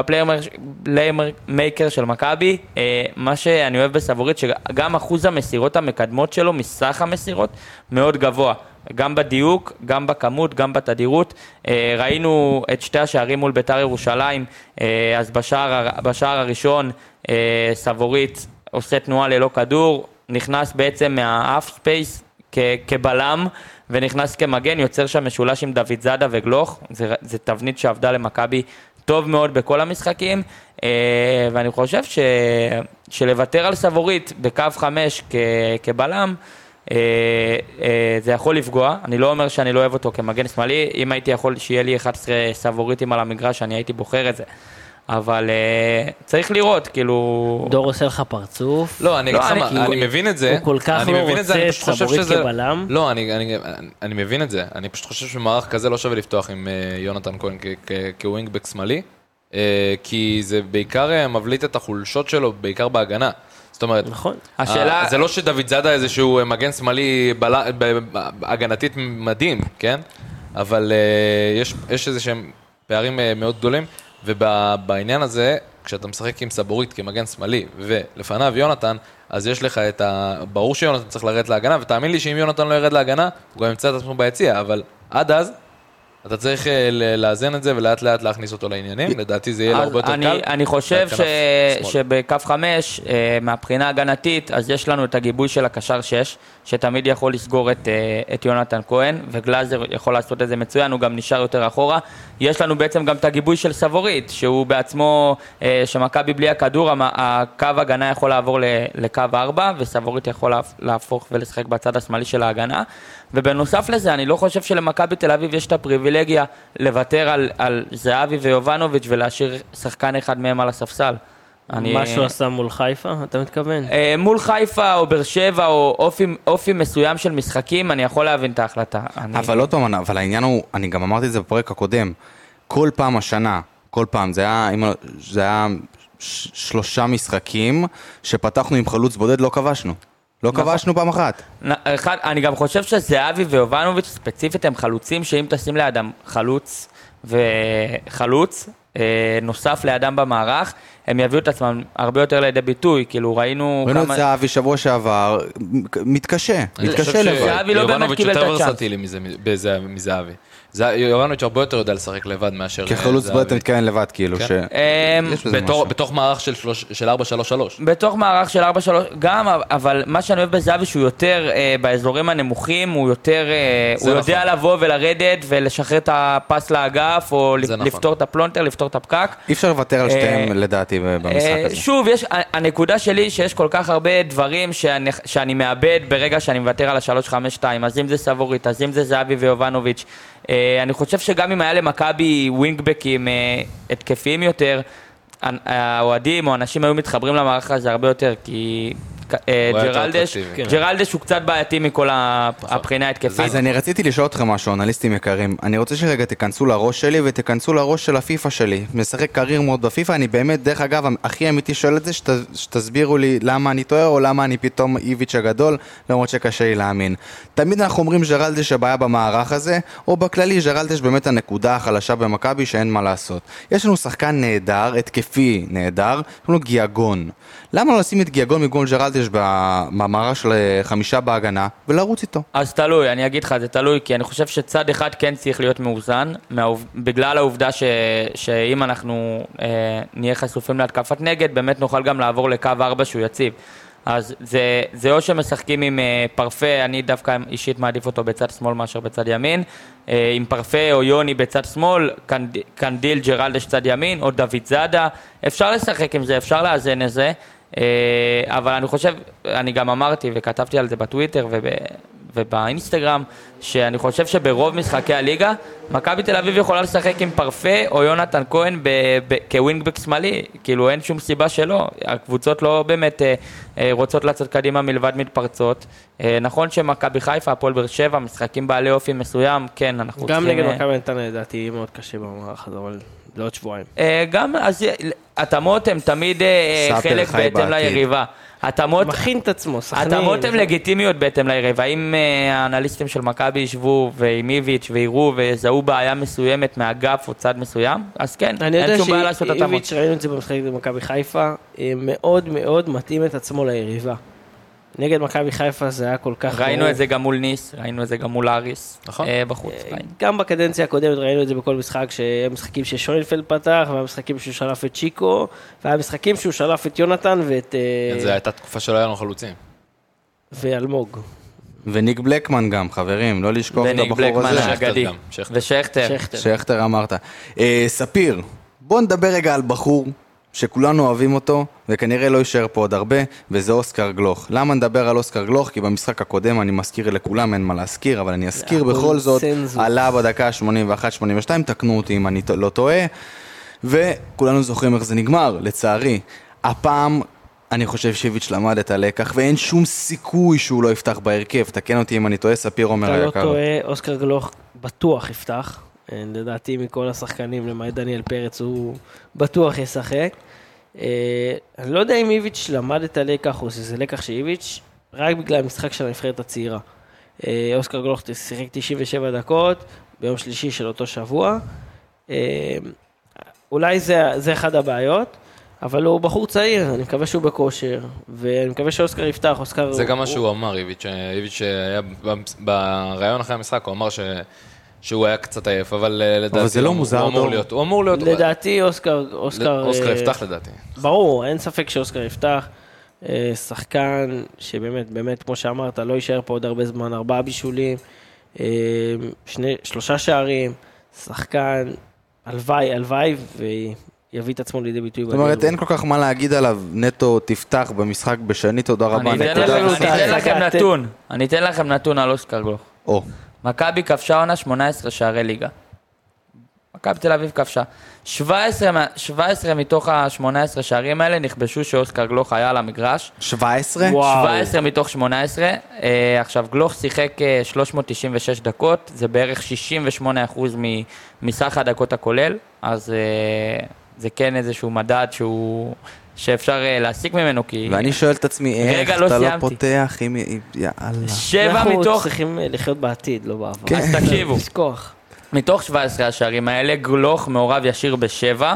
הפליימקר של מכבי. מה שאני אוהב בסבורית, שגם אחוז המסירות המקדמות שלו, מסך המסירות, מאוד גבוה. גם בדיוק, גם בכמות, גם בתדירות. ראינו את שתי השערים מול בית"ר ירושלים, אז בשער, בשער הראשון, סבורית עושה תנועה ללא כדור, נכנס בעצם מהאף ספייס כבלם, ונכנס כמגן, יוצר שם משולש עם דוד זאדה וגלוך. זה, זה תבנית שעבדה למכבי טוב מאוד בכל המשחקים, ואני חושב ש, שלוותר על סבורית בקו חמש כ, כבלם, זה יכול לפגוע. אני לא אומר שאני לא אוהב אותו כמגן שמאלי, אם הייתי יכול שיהיה לי אחת עשרה סבוריטים על המגרש, אני הייתי בוחר את זה. אבל uh, צריך לראות, כאילו... דור עושה לך פרצוף. לא, אני, לא, לא, אני, אני, אני מבין את זה. הוא כל כך אני לא מבין את זה, רוצה אני פשוט חושב סבורית שזה... כבלם. לא, אני, אני, אני מבין את זה. אני פשוט חושב שמערך כזה לא שווה לפתוח עם uh, יונתן כהן כ- כ- כווינגבק שמאלי, uh, כי זה בעיקר uh, מבליט את החולשות שלו, בעיקר בהגנה. זאת אומרת, נכון. השאלה... זה לא שדוד זאדה איזשהו מגן שמאלי בל... הגנתית מדהים, כן? אבל uh, יש, יש איזה שהם פערים uh, מאוד גדולים, ובעניין הזה, כשאתה משחק עם סבורית כמגן שמאלי, ולפניו יונתן, אז יש לך את ה... ברור שיונתן צריך לרדת להגנה, ותאמין לי שאם יונתן לא ירד להגנה, הוא גם ימצא את עצמו ביציע, אבל עד אז, אתה צריך לאזן את זה ולאט לאט להכניס אותו לעניינים, לדעתי זה יהיה לו הרבה יותר אני, קל. אני חושב ש... שבקו חמש, מהבחינה הגנתית, אז יש לנו את הגיבוי של הקשר שש, שתמיד יכול לסגור את, את יונתן כהן, וגלאזר יכול לעשות את זה מצוין, הוא גם נשאר יותר אחורה. יש לנו בעצם גם את הגיבוי של סבורית, שהוא בעצמו, שמכבי בלי הכדור, הקו הגנה יכול לעבור לקו ארבע, וסבורית יכול להפוך ולשחק בצד השמאלי של ההגנה. ובנוסף לזה, אני לא חושב שלמכבי תל אביב יש את הפריבילגיה לוותר על, על זהבי ויובנוביץ' ולהשאיר שחקן אחד מהם על הספסל. אני... מה שהוא עשה מול חיפה, אתה מתכוון? מול חיפה או באר שבע או אופי, אופי מסוים של משחקים, אני יכול להבין את ההחלטה. אני... אבל לא טוב, אבל העניין הוא, אני גם אמרתי את זה בפרק הקודם, כל פעם השנה, כל פעם, זה היה, זה היה שלושה משחקים שפתחנו עם חלוץ בודד, לא כבשנו. לא כבשנו פעם אחת. אני גם חושב שזהבי ויובנוביץ' ספציפית הם חלוצים, שאם תשים לאדם חלוץ וחלוץ, נוסף לאדם במערך, הם יביאו את עצמם הרבה יותר לידי ביטוי, כאילו ראינו ראינו את זהבי שבוע שעבר, מתקשה, מתקשה לבד. זהבי לא באמת קיבל את הצ'אנס. יובנוביץ' יותר ורסטילי מזהבי. יובנוביץ' הרבה יותר יודע לשחק לבד מאשר זהבי. כחלוץ בודד אתה מתכוון לבד, כאילו, בתוך מערך של ארבע שלוש שלוש. בתוך מערך של ארבע שלוש, גם, אבל מה שאני אוהב בזהבי שהוא יותר באזורים הנמוכים, הוא יותר, הוא יודע לבוא ולרדת ולשחרר את הפס לאגף, או לפתור את הפלונטר, לפתור את הפקק. אי אפשר לוותר על שתיהם לדעתי במשחק הזה. שוב, יש, הנקודה שלי שיש כל כך הרבה דברים שאני, שאני מאבד ברגע שאני מוותר על ה-שלוש חמש שתיים, אז אם זה סבורית, אז אם זה זהבי ויובנוביץ'. אני חושב שגם אם היה למכבי ווינגבקים התקפיים יותר, האוהדים או אנשים היו מתחברים למערך הזה הרבה יותר, כי ג'רלדש, ג'רלדש הוא קצת בעייתי מכל הבחינה ההתקפית. אז אני רציתי לשאול אתכם משהו, אנליסטים יקרים. אני רוצה שרגע תכנסו לראש שלי ותכנסו לראש של הפיפה שלי. משחק קריר מאוד בפיפה, אני באמת, דרך אגב, הכי אמיתי שואל את זה, שתסבירו לי למה אני טועה או למה אני פתאום איביץ' הגדול, למרות שקשה לי להאמין. תמיד אנחנו אומרים ג'רלדש הבעיה במערך הזה, או בכללי ג'רלדש באמת הנקודה החלשה במכבי שאין מה לעשות. יש לנו שחקן נהדר, התקפי נהדר, יש לנו גיאגון. למה לא לשים את גיאגון מגול ג'רלדש במערך של חמישה בהגנה ולרוץ איתו? אז תלוי, אני אגיד לך, זה תלוי, כי אני חושב שצד אחד כן צריך להיות מאוזן, בגלל העובדה ש, שאם אנחנו אה, נהיה חשופים להתקפת נגד, באמת נוכל גם לעבור לקו ארבע שהוא יציב. אז זה, זה או שמשחקים עם אה, פרפה, אני דווקא אישית מעדיף אותו בצד שמאל מאשר בצד ימין, אה, עם פרפה או יוני בצד שמאל, קנד, קנדיל ג'רלדש צד ימין, או דוד זאדה, אפשר לשחק עם זה, אפשר לאזן את זה, אבל אני חושב, אני גם אמרתי וכתבתי על זה בטוויטר וב, ובאינסטגרם, שאני חושב שברוב משחקי הליגה, מכבי תל אביב יכולה לשחק עם פרפה או יונתן כהן ב, ב, כווינגבק שמאלי, כאילו אין שום סיבה שלא, הקבוצות לא באמת אה, אה, רוצות לצאת קדימה מלבד מתפרצות, אה, נכון שמכבי חיפה, הפועל באר שבע, משחקים בעלי אופי מסוים, כן, אנחנו גם צריכים... נגד מכבי נתניה לדעתי יהיה מאוד קשה במערך הזה, אבל זה עוד שבועיים. אה, גם, אז התאמות הן תמיד אה, חלק בהתאם ליריבה. התאמות, מכין את עצמו, סכנין. התאמות הן לגיטימיות בהתאם ליריבה. אם uh, האנליסטים של מכבי ישבו ועם איביץ' ויראו ויזהו בעיה מסוימת מאגף או צד מסוים, אז כן, אין שום בעיה לעשות התאמות. אני יודע שאיביץ' ראינו את זה במשחק במכבי חיפה, מאוד מאוד מתאים את עצמו ליריבה. נגד מכבי חיפה זה היה כל כך... ראינו את זה גם מול ניס, ראינו את זה גם מול אריס, נכון. בחוץ. גם בקדנציה הקודמת ראינו את זה בכל משחק, שהיה משחקים ששוינפלד פתח, והיה משחקים שהוא שלף את צ'יקו, והיה משחקים שהוא שלף את יונתן ואת... זה הייתה תקופה שלא היה לנו חלוצים. ואלמוג. וניק בלקמן גם, חברים, לא לשכוח את הבחור הזה. וניק בלקמן האגדי. ושכטר. שכטר אמרת. ספיר, בוא נדבר רגע על בחור שכולנו אוהבים אותו, וכנראה לא יישאר פה עוד הרבה, וזה אוסקר גלוך. למה נדבר על אוסקר גלוך? כי במשחק הקודם אני מזכיר לכולם, אין מה להזכיר, אבל אני אזכיר בכל זאת, עלה בדקה שמונים ואחת שמונים ושתיים, תקנו אותי אם אני לא טועה, וכולנו זוכרים איך זה נגמר, לצערי. הפעם אני חושב שאיביץ' למד את הלקח, ואין שום סיכוי שהוא לא יפתח בהרכב. תקן אותי אם אני טועה, ספיר אומר היקר. אתה לא טועה, אוסקר גלוך בטוח יפתח. לדעתי מכל השחקנים, למעט דניאל פרץ, הוא בטוח ישחק. אני לא יודע אם איביץ' למד את הלקח, או שזה לקח שאיביץ', רק בגלל המשחק של הנבחרת הצעירה. אוסקר גלוך שיחק תשעים ושבע דקות, ביום שלישי של אותו שבוע. אולי זה, זה אחד הבעיות, אבל הוא בחור צעיר, אני מקווה שהוא בכושר, ואני מקווה שאוסקר יפתח, אוסקר... זה גם מה שהוא אמר, איביץ', איביץ' היה ברעיון אחרי המשחק, הוא אמר ש... שהוא היה קצת עייף, אבל לדעתי... אבל זה לא מוזר, הוא אמור להיות, הוא אמור להיות... לדעתי אוסקר... אוסקר אוסקר יפתח לדעתי. ברור, אין ספק שאוסקר יפתח. שחקן שבאמת, באמת, כמו שאמרת, לא יישאר פה עוד הרבה זמן, ארבעה בישולים, שני, שלושה שערים, שחקן, הלוואי, הלוואי, ויביא את עצמו לידי ביטוי. זאת אומרת, אין כל כך מה להגיד עליו, נטו תפתח במשחק בשני, תודה רבה. אני אתן לכם נתון, אני אתן לכם נתון על אוסקר גלוך. או. מכבי כבשה עונה שמונה עשרה שערי ליגה. מכבי תל אביב כבשה. שבע עשרה מתוך ה-שמונה עשרה שערים האלה נכבשו שאוסקר גלוך היה על המגרש. שבע עשרה? שבע עשרה מתוך שמונה עשרה. אה, עכשיו, גלוך שיחק שלוש מאות תשעים ושש דקות, זה בערך שישים ושמונה אחוז מסך הדקות הכולל, אז אה, זה כן איזשהו מדד שהוא... שאפשר להסיק ממנו, כי... ואני שואל את עצמי, איך רגע, לא אתה סיימתי. לא פותח עם... יאללה. שבע אנחנו מתוך... צריכים לחיות בעתיד, לא בעבר. כן. אז תקשיבו. לשכוח. מתוך שבע עשרה השערים האלה, גלוך מעורב ישיר בשבע,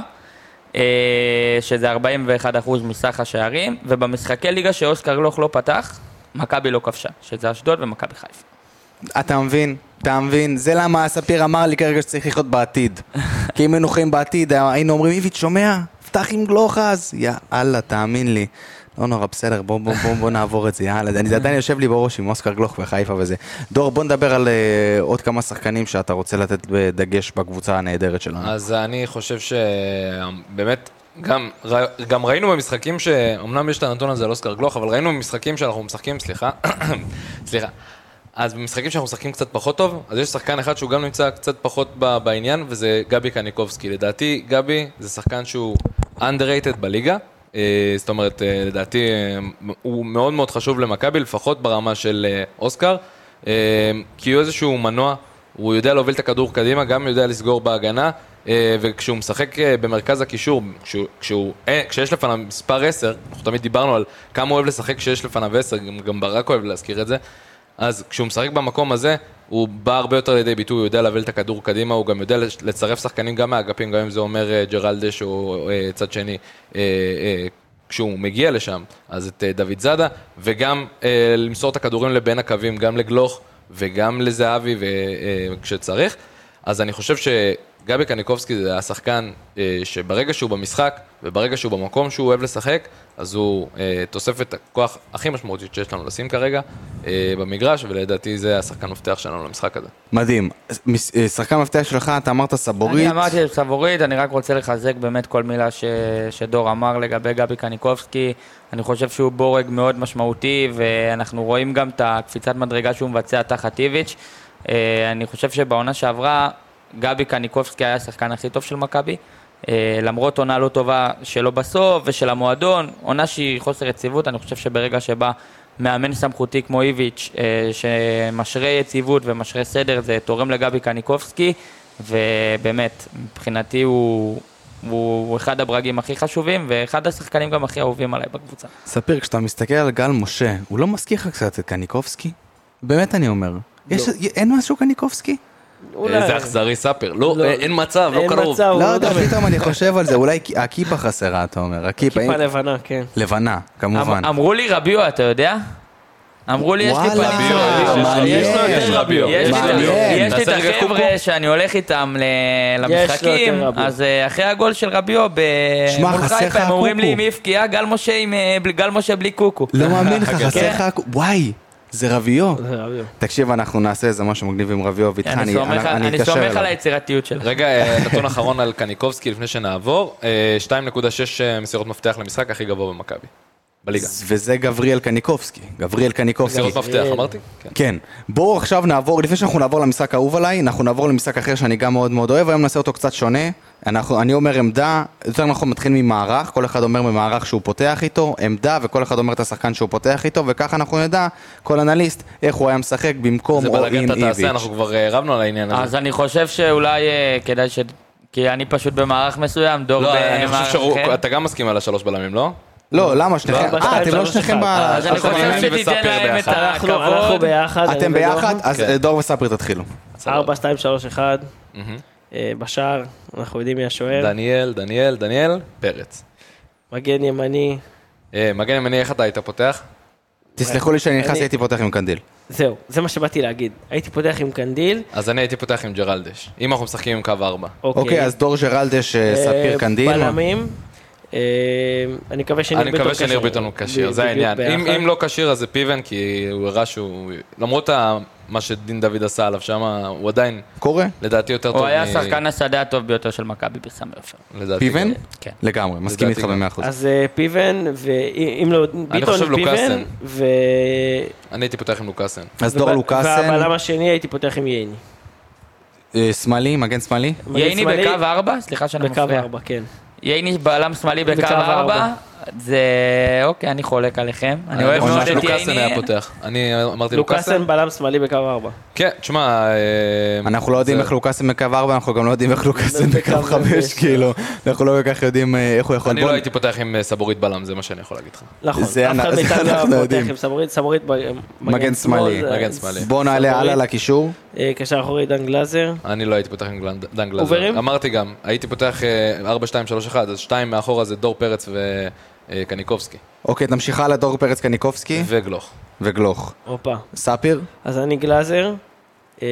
אה, שזה ארבעים ואחד אחוז מסך השערים, ובמשחקי ליגה שאוסקר גלוך לא פתח, מכבי לא כבשה, שזה אשדוד ומכבי חיפה. אתה מבין? אתה מבין? זה למה ספיר אמר לי כרגע שצריך לחיות בעתיד. כי אם היינו חיים בעתיד, היינו אומרים, איביץ' שומע? פתח עם גלוך אז. יאללה, תאמין לי. לא נורא, בסדר, בוא, בוא, בוא, בוא נעבור את זה, יאללה. אני עדיין יושב לי בראש עם אוסקר גלוך וחיפה וזה. דור, בוא נדבר על uh, עוד כמה שחקנים שאתה רוצה לתת דגש בקבוצה הנהדרת שלנו. אז אני חושב שבאמת, גם, גם ראינו במשחקים שאומנם יש את הנתון הזה על אוסקר גלוך, אבל ראינו במשחקים שאנחנו משחקים, סליחה, סליחה. אז במשחקים שאנחנו משחקים קצת פחות טוב, אז יש שחקן אחד שהוא גם נמצא קצת פחות בעניין, וזה גבי קניקובסקי. לדעתי, גבי זה שחקן שהוא underrated בליגה, זאת אומרת, לדעתי, הוא מאוד מאוד חשוב למכבי, לפחות ברמה של אוסקר, כי הוא איזשהו מנוע, הוא יודע להוביל את הכדור קדימה, גם יודע לסגור בהגנה, וכשהוא משחק במרכז הקישור, כשהוא, כשהוא, כשיש לפניו מספר עשר, אנחנו תמיד דיברנו על כמה הוא אוהב לשחק כשיש לפניו עשר, גם ברק אוהב להזכיר את זה, אז כשהוא משחק במקום הזה, הוא בא הרבה יותר לידי ביטוי, הוא יודע להוביל את הכדור קדימה, הוא גם יודע לצרף שחקנים גם מהאגפים, גם אם זה אומר ג'רלדש או צד שני, כשהוא מגיע לשם, אז את דוד זאדה, וגם למסור את הכדורים לבין הקווים, גם לגלוך וגם לזהבי כשצריך. אז אני חושב שגבי קניקובסקי זה השחקן שברגע שהוא במשחק, וברגע שהוא במקום שהוא אוהב לשחק, אז הוא תוספת הכוח הכי משמעותית שיש לנו לשים כרגע במגרש, ולדעתי זה השחקן מפתח שלנו למשחק הזה. מדהים. שחקן מפתח שלך, אתה אמרת סבורית. אני אמרתי סבורית, אני רק רוצה לחזק באמת כל מילה ש... שדור אמר לגבי גבי קניקובסקי. אני חושב שהוא בורג מאוד משמעותי, ואנחנו רואים גם את הקפיצת מדרגה שהוא מבצע תחת איביץ'. אני חושב שבעונה שעברה, גבי קניקובסקי היה השחקן הכי טוב של מכבי. למרות עונה לא טובה שלו בסוף ושל המועדון, עונה שהיא חוסר יציבות, אני חושב שברגע שבא מאמן סמכותי כמו איביץ' שמשרה יציבות ומשרה סדר, זה תורם לגבי קניקובסקי, ובאמת, מבחינתי הוא, הוא אחד הברגים הכי חשובים, ואחד השחקנים גם הכי אהובים עליי בקבוצה. ספיר, כשאתה מסתכל על גל משה, הוא לא מזכיר לך קצת את קניקובסקי? באמת אני אומר. יש, אין משהו קניקובסקי? איזה אכזרי ספר, לא, אין מצב, לא קרוב. לא יודע, פתאום אני חושב על זה, אולי הכיפה חסרה, אתה אומר. הכיפה לבנה, כן. לבנה, כמובן. אמרו לי רביו, אתה יודע? אמרו לי, יש לי פנים. יש לי את החבר'ה שאני הולך איתם למשחקים, אז אחרי הגול של רביו מול חיפה, הם אומרים לי, מי הפקיע? גל משה בלי קוקו. לא מאמין לך, חסר לך קוקו. וואי. זה רביו. תקשיב, אנחנו נעשה איזה משהו מגניב עם רביו ואיתך, אני אתקשר אליו. אני סומך על היצירתיות שלך. רגע, נתון אחרון על קניקובסקי לפני שנעבור, שתיים נקודה שש מסירות מפתח למשחק הכי גבוה במכבי, בליגה. וזה גבריאל קניקובסקי, גבריאל קניקובסקי. מסירות מפתח, אמרתי? כן. בואו עכשיו נעבור, לפני שאנחנו נעבור למשחק האהוב עליי, אנחנו נעבור למשחק אחר שאני גם מאוד מאוד אוהב, היום נעשה אותו קצת שונה, אנחנו, אני אומר עמדה, יותר נכון מתחיל ממערך, כל אחד אומר ממערך שהוא פותח איתו, עמדה, וכל אחד אומר את השחקן שהוא פותח איתו, וככה אנחנו נדע, כל אנליסט, איך הוא היה משחק במקום או עם איביץ'. זה בלגן אתה תעשה, אנחנו כבר רבנו על העניין הזה. אז אני חושב שאולי כדאי ש... כי אני פשוט במערך מסוים, דור לא, במערך אני חושב אחר. שאתה גם מסכים על השלוש בלמים, לא? לא, למה שניכם? לא, אה, אתם לא שניכם ב... אז אני חושב אני שתיתן וספיר להם את ביחד. אנחנו אנחנו הכבוד. ביחד. אתם אני ביחד? ודור. אז דור וספרי תתחילו. ארבע, שתיים, שלוש, אחד. בשער, אנחנו יודעים מי השוער. דניאל, דניאל, דניאל, פרץ. מגן ימני. אה, מגן ימני, איך אתה היית פותח? תסלחו לי שאני נכנס, אני- הייתי פותח עם קנדיל. זהו, זה מה שבאתי להגיד. הייתי פותח עם קנדיל. אז אני הייתי פותח עם ג'רלדש. אם אנחנו משחקים עם קו ארבע. אוקיי, אז דור ג'רלדש, אה, ספיר קנדיל. בלמים. אה, אני מקווה שניר אני ביטון מקווה שניר ביטון הוא כשיר, זה העניין. אם אם לא כשיר אז זה פיבן, כי הוא הראה שהוא... למרות ה- מה שדין דוד עשה עליו שם, הוא עדיין, קורא? לדעתי, יותר טוב. הוא היה מ- שחקן השדה הטוב ביותר של מכבי בסמי עופר. לדעתי פיבן? גם. כן. לגמרי, מסכים לדעתי איתך גם. במאה אחוז. אז אה, פיבן, ואם לא ביטון, חושב פיבן, לוקאסן. ו... אני הייתי פותח עם לוקאסן. אז דור וב- לוקאסן, והבלם השני הייתי פותח עם ייני. אה, שמאלי, מגן שמאלי. מגן ייני שמאלי, בקו ארבע? סליחה שאני בקו מפריע. ארבע, כן. ייני בלם שמאלי בקו בקו ארבע? ארבע. זה... אוקיי, אני חולק עליכם. אני אוהב חושב מאוד את שלוקאסן היה ייני. פותח. אני אמרתי לוקאסן. לוקאסן בלם שמאלי בקו ארבע. כן, תשמע... אה, אנחנו לא יודעים זה- איך לוקאסן בקו ארבע, אנחנו גם לא יודעים איך לוקאסן בקו בקו חמש, חמש, כאילו. אנחנו לא כל כך יודעים אה, איך הוא יכול... אני בוא- לא הייתי פותח עם אה, סבורית בלם, זה מה שאני יכול להגיד לך. נכון, זה אף אחד אנ- זה מאיתנו אנחנו לא יודעים. פותח עם סבורית, סבורית ב- מגן שמאלי, שמאל, מגן זה- שמאלי. בואו נעלה סבורית. הלאה לקישור. אה, קשר אחורי דן גלאזר. אני לא הייתי פותח עם גלנד- דן גלזר. אוברים? אמרתי גם, הייתי פותח אה, ארבע שתיים שלוש אחת, אז שתיים מאחורה זה דור פרץ וקניקובסקי. אוקיי, תמשיך הלאה, דור פרץ קניקובסקי וגלוך. וגלוך. הופה. ספיר? אז אני גלאזר, אה,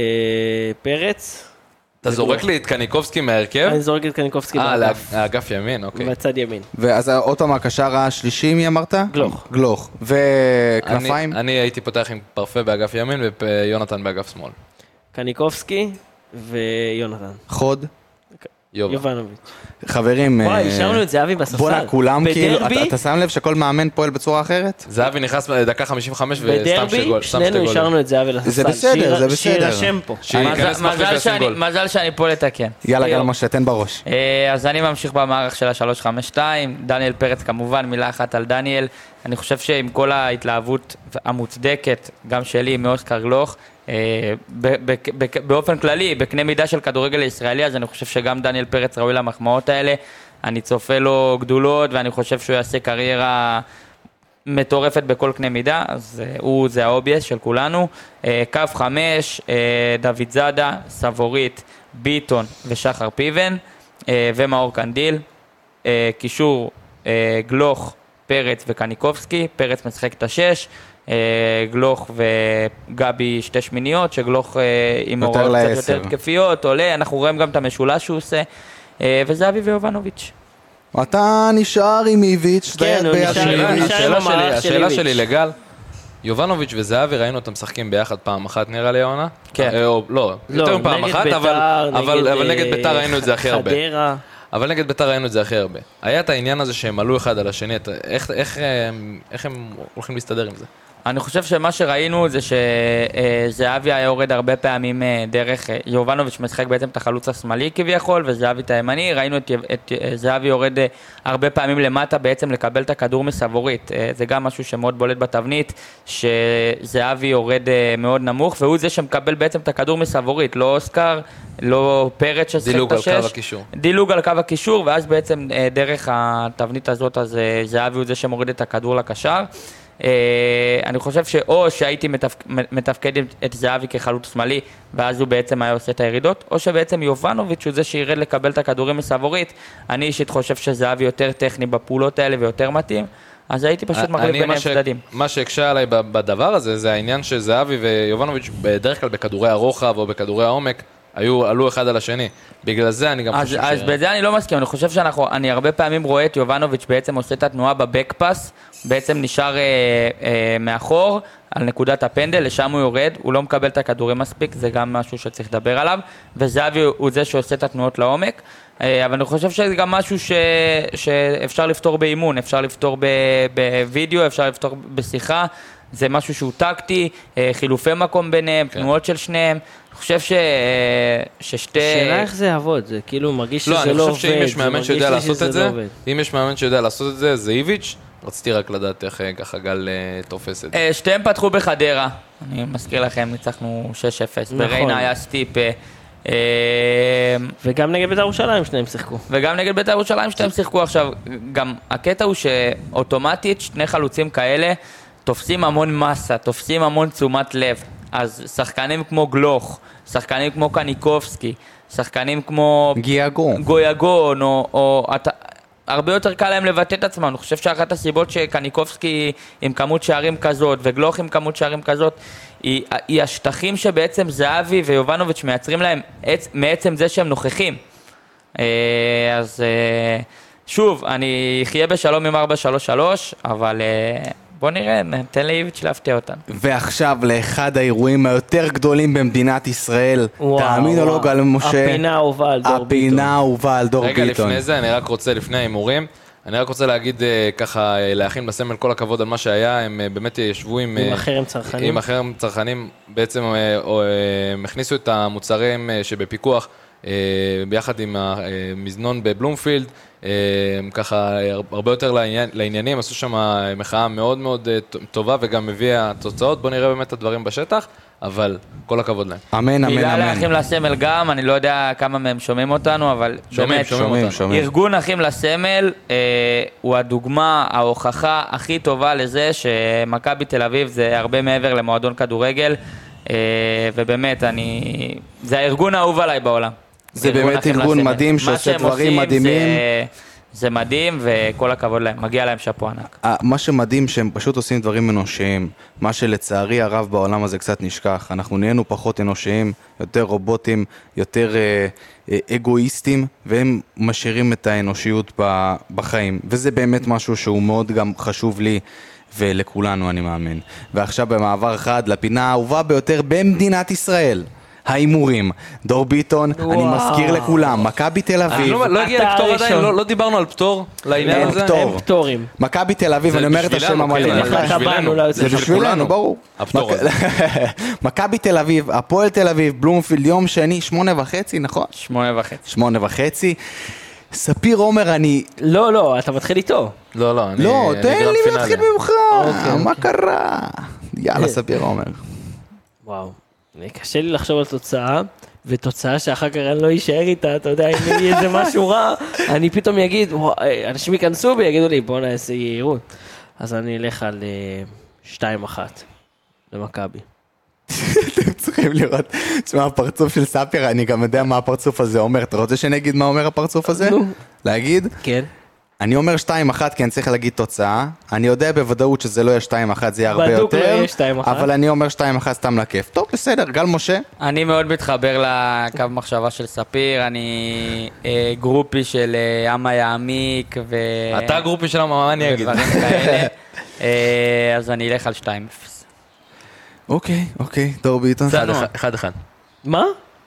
פרץ, אתה זורק לי את קניקובסקי מהרכב? אני זורק את קניקובסקי אה, באגף, לאגף ימין, אוקיי. בצד ימין. ואז עוד פעם הקשר השלישי, מי אמרת? גלוך. גלוך. וכנפיים? אני- אני הייתי פותח עם פרפה באגף ימין ויונתן באגף שמאל. קניקובסקי ויונתן. חוד? יובה. יובנוביץ'. חברים, וואי, אה, השארנו את זהבי בספסל. בואנה, כולם כאילו, אתה- בדרבי, אתה שם לב שכל מאמן פועל בצורה אחרת? זהבי נכנס בדקה חמישים וחמש וסתם שתי בדרבי, גול. סתם שתי שנינו גולים. השארנו את זהבי לספסל. זה בסדר, שיר- זה בסדר. שיירשם פה. שייכנס מזל- מחליף מזל וישים שאני- גול. מזל שאני פה לתקן. יאללה, גל יואו. משה, תן בראש. אה, אז אני ממשיך במערך של ה-שלוש חמש שתיים, דניאל פרץ כמובן, מילה אחת על דניאל. אני חושב שעם כל ההתלהבות המוצדקת, גם שלי, מאוסקר גלוך, אה, ב- ב- ב- באופן כללי, בקנה מידה של כדורגל הישראלי, אז אני חושב שגם דניאל פרץ ראוי למחמאות האלה. אני צופה לו גדולות, ואני חושב שהוא יעשה קריירה מטורפת בכל קנה מידה, אז אה, הוא זה האובייס של כולנו. אה, קו חמש, אה, דוד זאדה, סבורית, ביטון ושחר פיבן, אה, ומאור קנדיל. אה, קישור, אה, גלוך, פרץ וקניקובסקי, פרץ משחק את השש, אה, גלוך וגבי שתי שמיניות, שגלוך אה, עם יותר הוראות קצת לעשר. יותר תקפיות, עולה, אנחנו רואים גם את המשולש שהוא עושה, אה, וזהבי ויובנוביץ'. אתה נשאר עם איביץ', כן, די הוא ביד נשאר- של הוא איביץ'. נשאר השאלה עם המערך שלי- של השאלה איביץ'. שלי לגל, יובנוביץ' וזהבי ראינו אותם משחקים ביחד פעם אחת נראה לי העונה? כן. אה, או- לא, לא, יותר מפעם נגד אחת, בית"ר, אבל- אבל אבל אה, נגד בית"ר ראינו את זה הכי הרבה. חדרה. אבל נגד בית"ר ראינו את זה הכי הרבה. היה את העניין הזה שהם עלו אחד על השני, את- איך- איך הם- איך הם הולכים להסתדר עם זה? אני חושב שמה שראינו זה שזהבי היה יורד הרבה פעמים אה, דרך, אה, יובנוביץ' משחק בעצם את החלוץ השמאלי כביכול, וזהבי את הימני, ראינו את, את אה, זהבי יורד אה, הרבה פעמים למטה בעצם לקבל את הכדור מסבורית, אה, זה גם משהו שמאוד בולט בתבנית, שזהבי יורד אה, מאוד נמוך, והוא זה שמקבל בעצם את הכדור מסבורית, לא אוסקר, לא פרץ ששחק את דילוג על השש. קו הקישור. דילוג על קו הקישור, ואז בעצם אה, דרך התבנית הזאת, אז אה, זהבי הוא זה שמוריד את הכדור לקשר. Uh, אני חושב שאו שהייתי מתפק... מתפקד את זהבי כחלוץ שמאלי ואז הוא בעצם היה עושה את הירידות, או שבעצם יובנוביץ' הוא זה שירד לקבל את הכדורים מסבורית. אני אישית חושב שזהבי יותר טכני בפעולות האלה ויותר מתאים, אז הייתי פשוט מחליף אני, ביניהם מה ש- צדדים. מה שהקשה עליי ב- בדבר הזה, זה העניין שזהבי ויובנוביץ' בדרך כלל בכדורי הרוחב או בכדורי העומק, היו, עלו אחד על השני. בגלל זה אני גם אז, חושב אז ש... בזה אני לא מסכים, אני חושב שאנחנו, אני הרבה פעמים רואה את יובנוביץ' בעצם עושה את התנועה בבקפס, בעצם נשאר אה, אה, מאחור על נקודת הפנדל, לשם הוא יורד, הוא לא מקבל את הכדורים מספיק, זה גם משהו שצריך לדבר עליו, וזהבי הוא זה שעושה את התנועות לעומק, אה, אבל אני חושב שזה גם משהו ש, שאפשר לפתור באימון, אפשר לפתור ב, בווידאו, אפשר לפתור בשיחה, זה משהו שהוא טקטי, חילופי מקום ביניהם, תנועות של שניהם. אני חושב ש... ששתי... שאלה איך זה יעבוד, זה כאילו מרגיש שזה לא עובד. לא, אני חושב שאם יש מאמן שיודע לעשות את זה, אם יש מאמן שיודע לעשות את זה, זה איביץ'. רציתי רק לדעת איך ככה גל תופס את זה. שתיהם פתחו בחדרה, אני מזכיר לכם, ניצחנו שש אפס, בריינה היה סטיפ. וגם נגד בית"ר ירושלים שניהם שיחקו. וגם נגד בית"ר ירושלים שניהם שיחקו. עכשיו, גם הקטע הוא שאוטומטית שני חלוצים כאלה תופסים המון מסה, תופסים המון תשומת לב. אז שחקנים כמו גלוך, שחקנים כמו קניקובסקי, שחקנים כמו גיאגון, גויגון, או, או הרבה יותר קל להם לבטא את עצמם. אני חושב שאחת הסיבות שקניקובסקי עם כמות שערים כזאת, וגלוך עם כמות שערים כזאת, היא, היא השטחים שבעצם זהבי ויובנוביץ' מייצרים להם מעצם זה שהם נוכחים. אז שוב, אני אחיה בשלום עם ארבע שלוש שלוש, אבל בוא נראה, תן לאיביץ' להפתיע אותנו. ועכשיו לאחד האירועים היותר גדולים במדינת ישראל, תאמין או לא גל משה, הפינה האהובה על דור ביטון. הפינה האהובה על דור ביטון. רגע, לפני זה אני רק רוצה, לפני האימורים, אני רק רוצה להגיד ככה, לאחים בסמל כל הכבוד על מה שהיה, הם באמת ישבו עם... עם החרם צרכנים. עם החרם צרכנים, בעצם הם הכניסו את המוצרים שבפיקוח, ביחד עם המזנון בבלומפילד, ככה הרבה יותר לעניין, לעניינים, עשו שם מחאה מאוד מאוד טובה וגם הביאה תוצאות. בוא נראה באמת את הדברים בשטח, אבל כל הכבוד להם. אמן, אמן, אמן. מילה לאחים לסמל גם, אני לא יודע כמה מהם שומעים אותנו, אבל שומעים, באמת, שומעים אותנו. ארגון אחים לסמל אה, הוא הדוגמה, ההוכחה הכי טובה לזה שמכבי תל אביב זה הרבה מעבר למועדון כדורגל, אה, ובאמת, אני, זה הארגון האהוב עליי בעולם. זה באמת ארגון מדהים שעושה דברים מדהימים. זה, זה מדהים וכל הכבוד להם, מגיע להם שפו ענק. מה שמדהים שהם פשוט עושים דברים אנושיים, מה שלצערי הרב בעולם הזה קצת נשכח. אנחנו נהיינו פחות אנושיים, יותר רובוטים, יותר אה, אה, אגואיסטים, והם משאירים את האנושיות בחיים. וזה באמת משהו שהוא מאוד גם חשוב לי ולכולנו, אני מאמין. ועכשיו במעבר חד לפינה האהובה ביותר במדינת ישראל. האימורים, דור ביטון, אני מזכיר לכולם, מכבי תל אביב. לא הגיע לפתור עדיין, לא דיברנו על פטור לעניין הזה. אין פטורים. מכבי תל אביב, אני אומר את השם המלא. זה בשבילנו, ברור. הפטור הזה. מכבי תל אביב, הפועל תל אביב, בלומפילד, יום שני, שמונה וחצי, נכון? שמונה וחצי. שמונה וחצי. ספיר עומר, אני... לא, לא, אתה מתחיל איתו. לא, לא, אני... לא, תן לי להתחיל ממך. מה קרה? יאללה, ספיר עומר. וואו. קשה לי לחשוב על תוצאה, ותוצאה שאחר כך אני לא יישאר איתה, אתה יודע, אם יהיה איזה משהו רע, אני פתאום אגיד, אנשים ייכנסו ויגידו לי, בוא נעשה יעירות. אז אני אלך על שתיים אחת למכבי. אתם צריכים לראות, תשמע, הפרצוף של ספיר, אני גם יודע מה הפרצוף הזה אומר. אתה רוצה שנגיד מה אומר הפרצוף הזה? להגיד? כן. אני אומר שתיים אחת כי אני צריך להגיד תוצאה. אני יודע בוודאות שזה לא יהיה שתיים אחת, זה יהיה הרבה בדוק יותר. לא יהיה שתיים אחת. אבל אני אומר שתיים אחת סתם לכיף. טוב, בסדר, גל משה. אני מאוד מתחבר לקו מחשבה של ספיר, אני אה, גרופי של אה, אמה יעמיק ו... אתה גרופי של אמה, מה אני אגיד? ודברים כאלה. אה, אז אני אלך על שתיים אפס. אוקיי, אוקיי, דור ביטון. אחד אחד. מה?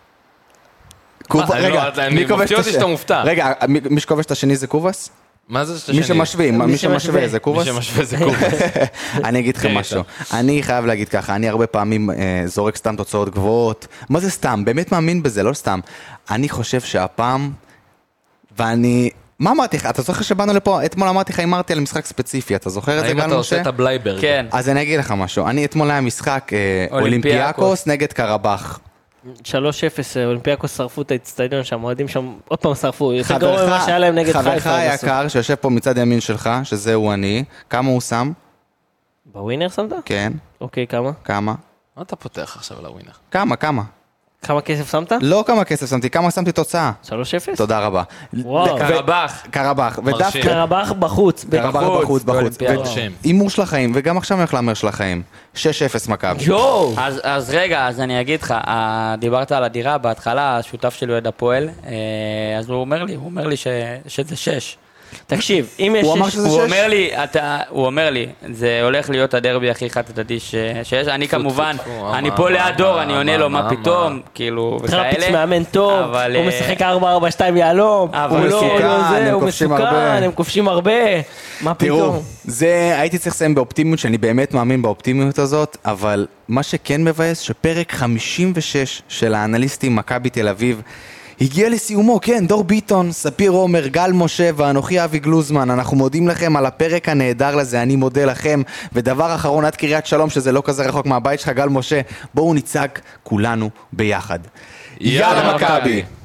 רגע, מי כובש את השני? רגע, מי שכובש את השני זה קובס? מה זה השני? מי שמשווה, מי שמשווה זה קובס? מי שמשווה זה קובס. אני אגיד לכם משהו, אני חייב להגיד ככה, אני הרבה פעמים זורק סתם תוצאות גבוהות, מה זה סתם? באמת מאמין בזה, לא סתם. אני חושב שהפעם, ואני... מה אמרתי לך? אתה זוכר שבאנו לפה, אתמול אמרתי לך, אמרתי על משחק ספציפי, אתה זוכר את זה גל משה? האם אתה עושה את הבלייברג? כן. אז אני אגיד לך משהו, אני אתמול היה משחק אולימפיאקוס נגד קרבח. שלוש אפס, אולימפיאקוס שרפו את האצטדיון שם, מועדים שם, עוד פעם שרפו, יותר גרוע ממה שהיה להם נגד חיפה. חברך היקר שיושב פה מצד ימין שלך, שזהו אני, כמה הוא שם? בווינר שמת? כן. אוקיי, כמה? כמה? מה אתה פותח עכשיו על הווינר? כמה, כמה? כמה כסף שמת? לא כמה כסף שמתי, כמה שמתי תוצאה. שלוש אפס? תודה רבה. וואו. קרבח. קרבח. ודווקא... קרבח בחוץ. קרבח בחוץ, בחוץ. אימור של החיים, וגם עכשיו אני הולך לאמר של החיים. שש אפס מכבי. יואו! אז, אז רגע, אז אני אגיד לך, דיברת על הדירה, בהתחלה השותף שלי הוא עד הפועל, אז הוא אומר לי, הוא אומר לי ש, שזה שש. תקשיב, אם יש... הוא אמר שזה הוא שש? אומר לי, אתה, הוא אומר לי, זה הולך להיות הדרבי הכי חד צדדי ש- שיש, אני כמובן, טפו, אני מה, פה מה, ליד דור, מה, אני עונה מה, לו מה, מה מה? פתאום, כאילו, טראפיץ וכאלה. מאמן טוב, אבל, הוא אה, משחק ארבע ארבע שתיים יהלום, אבל הוא לא, מסוכן, לא זה, הם הוא כובשים מסוכן, הרבה. הם כובשים הרבה, מה תראו, פתאום? זה, הייתי צריך לסיים באופטימיות, שאני באמת מאמין באופטימיות הזאת, אבל מה שכן מבאס, שפרק חמישים ושש של האנליסטים מכבי תל אביב, הגיע לסיומו, כן, דור ביטון, ספיר עומר, גל משה ואנוכי אבי גלוזמן, אנחנו מודים לכם על הפרק הנהדר לזה, אני מודה לכם, ודבר אחרון עד קריית שלום, שזה לא כזה רחוק מהבית שלך, גל משה, בואו נצעק כולנו ביחד. יאללה, מכבי.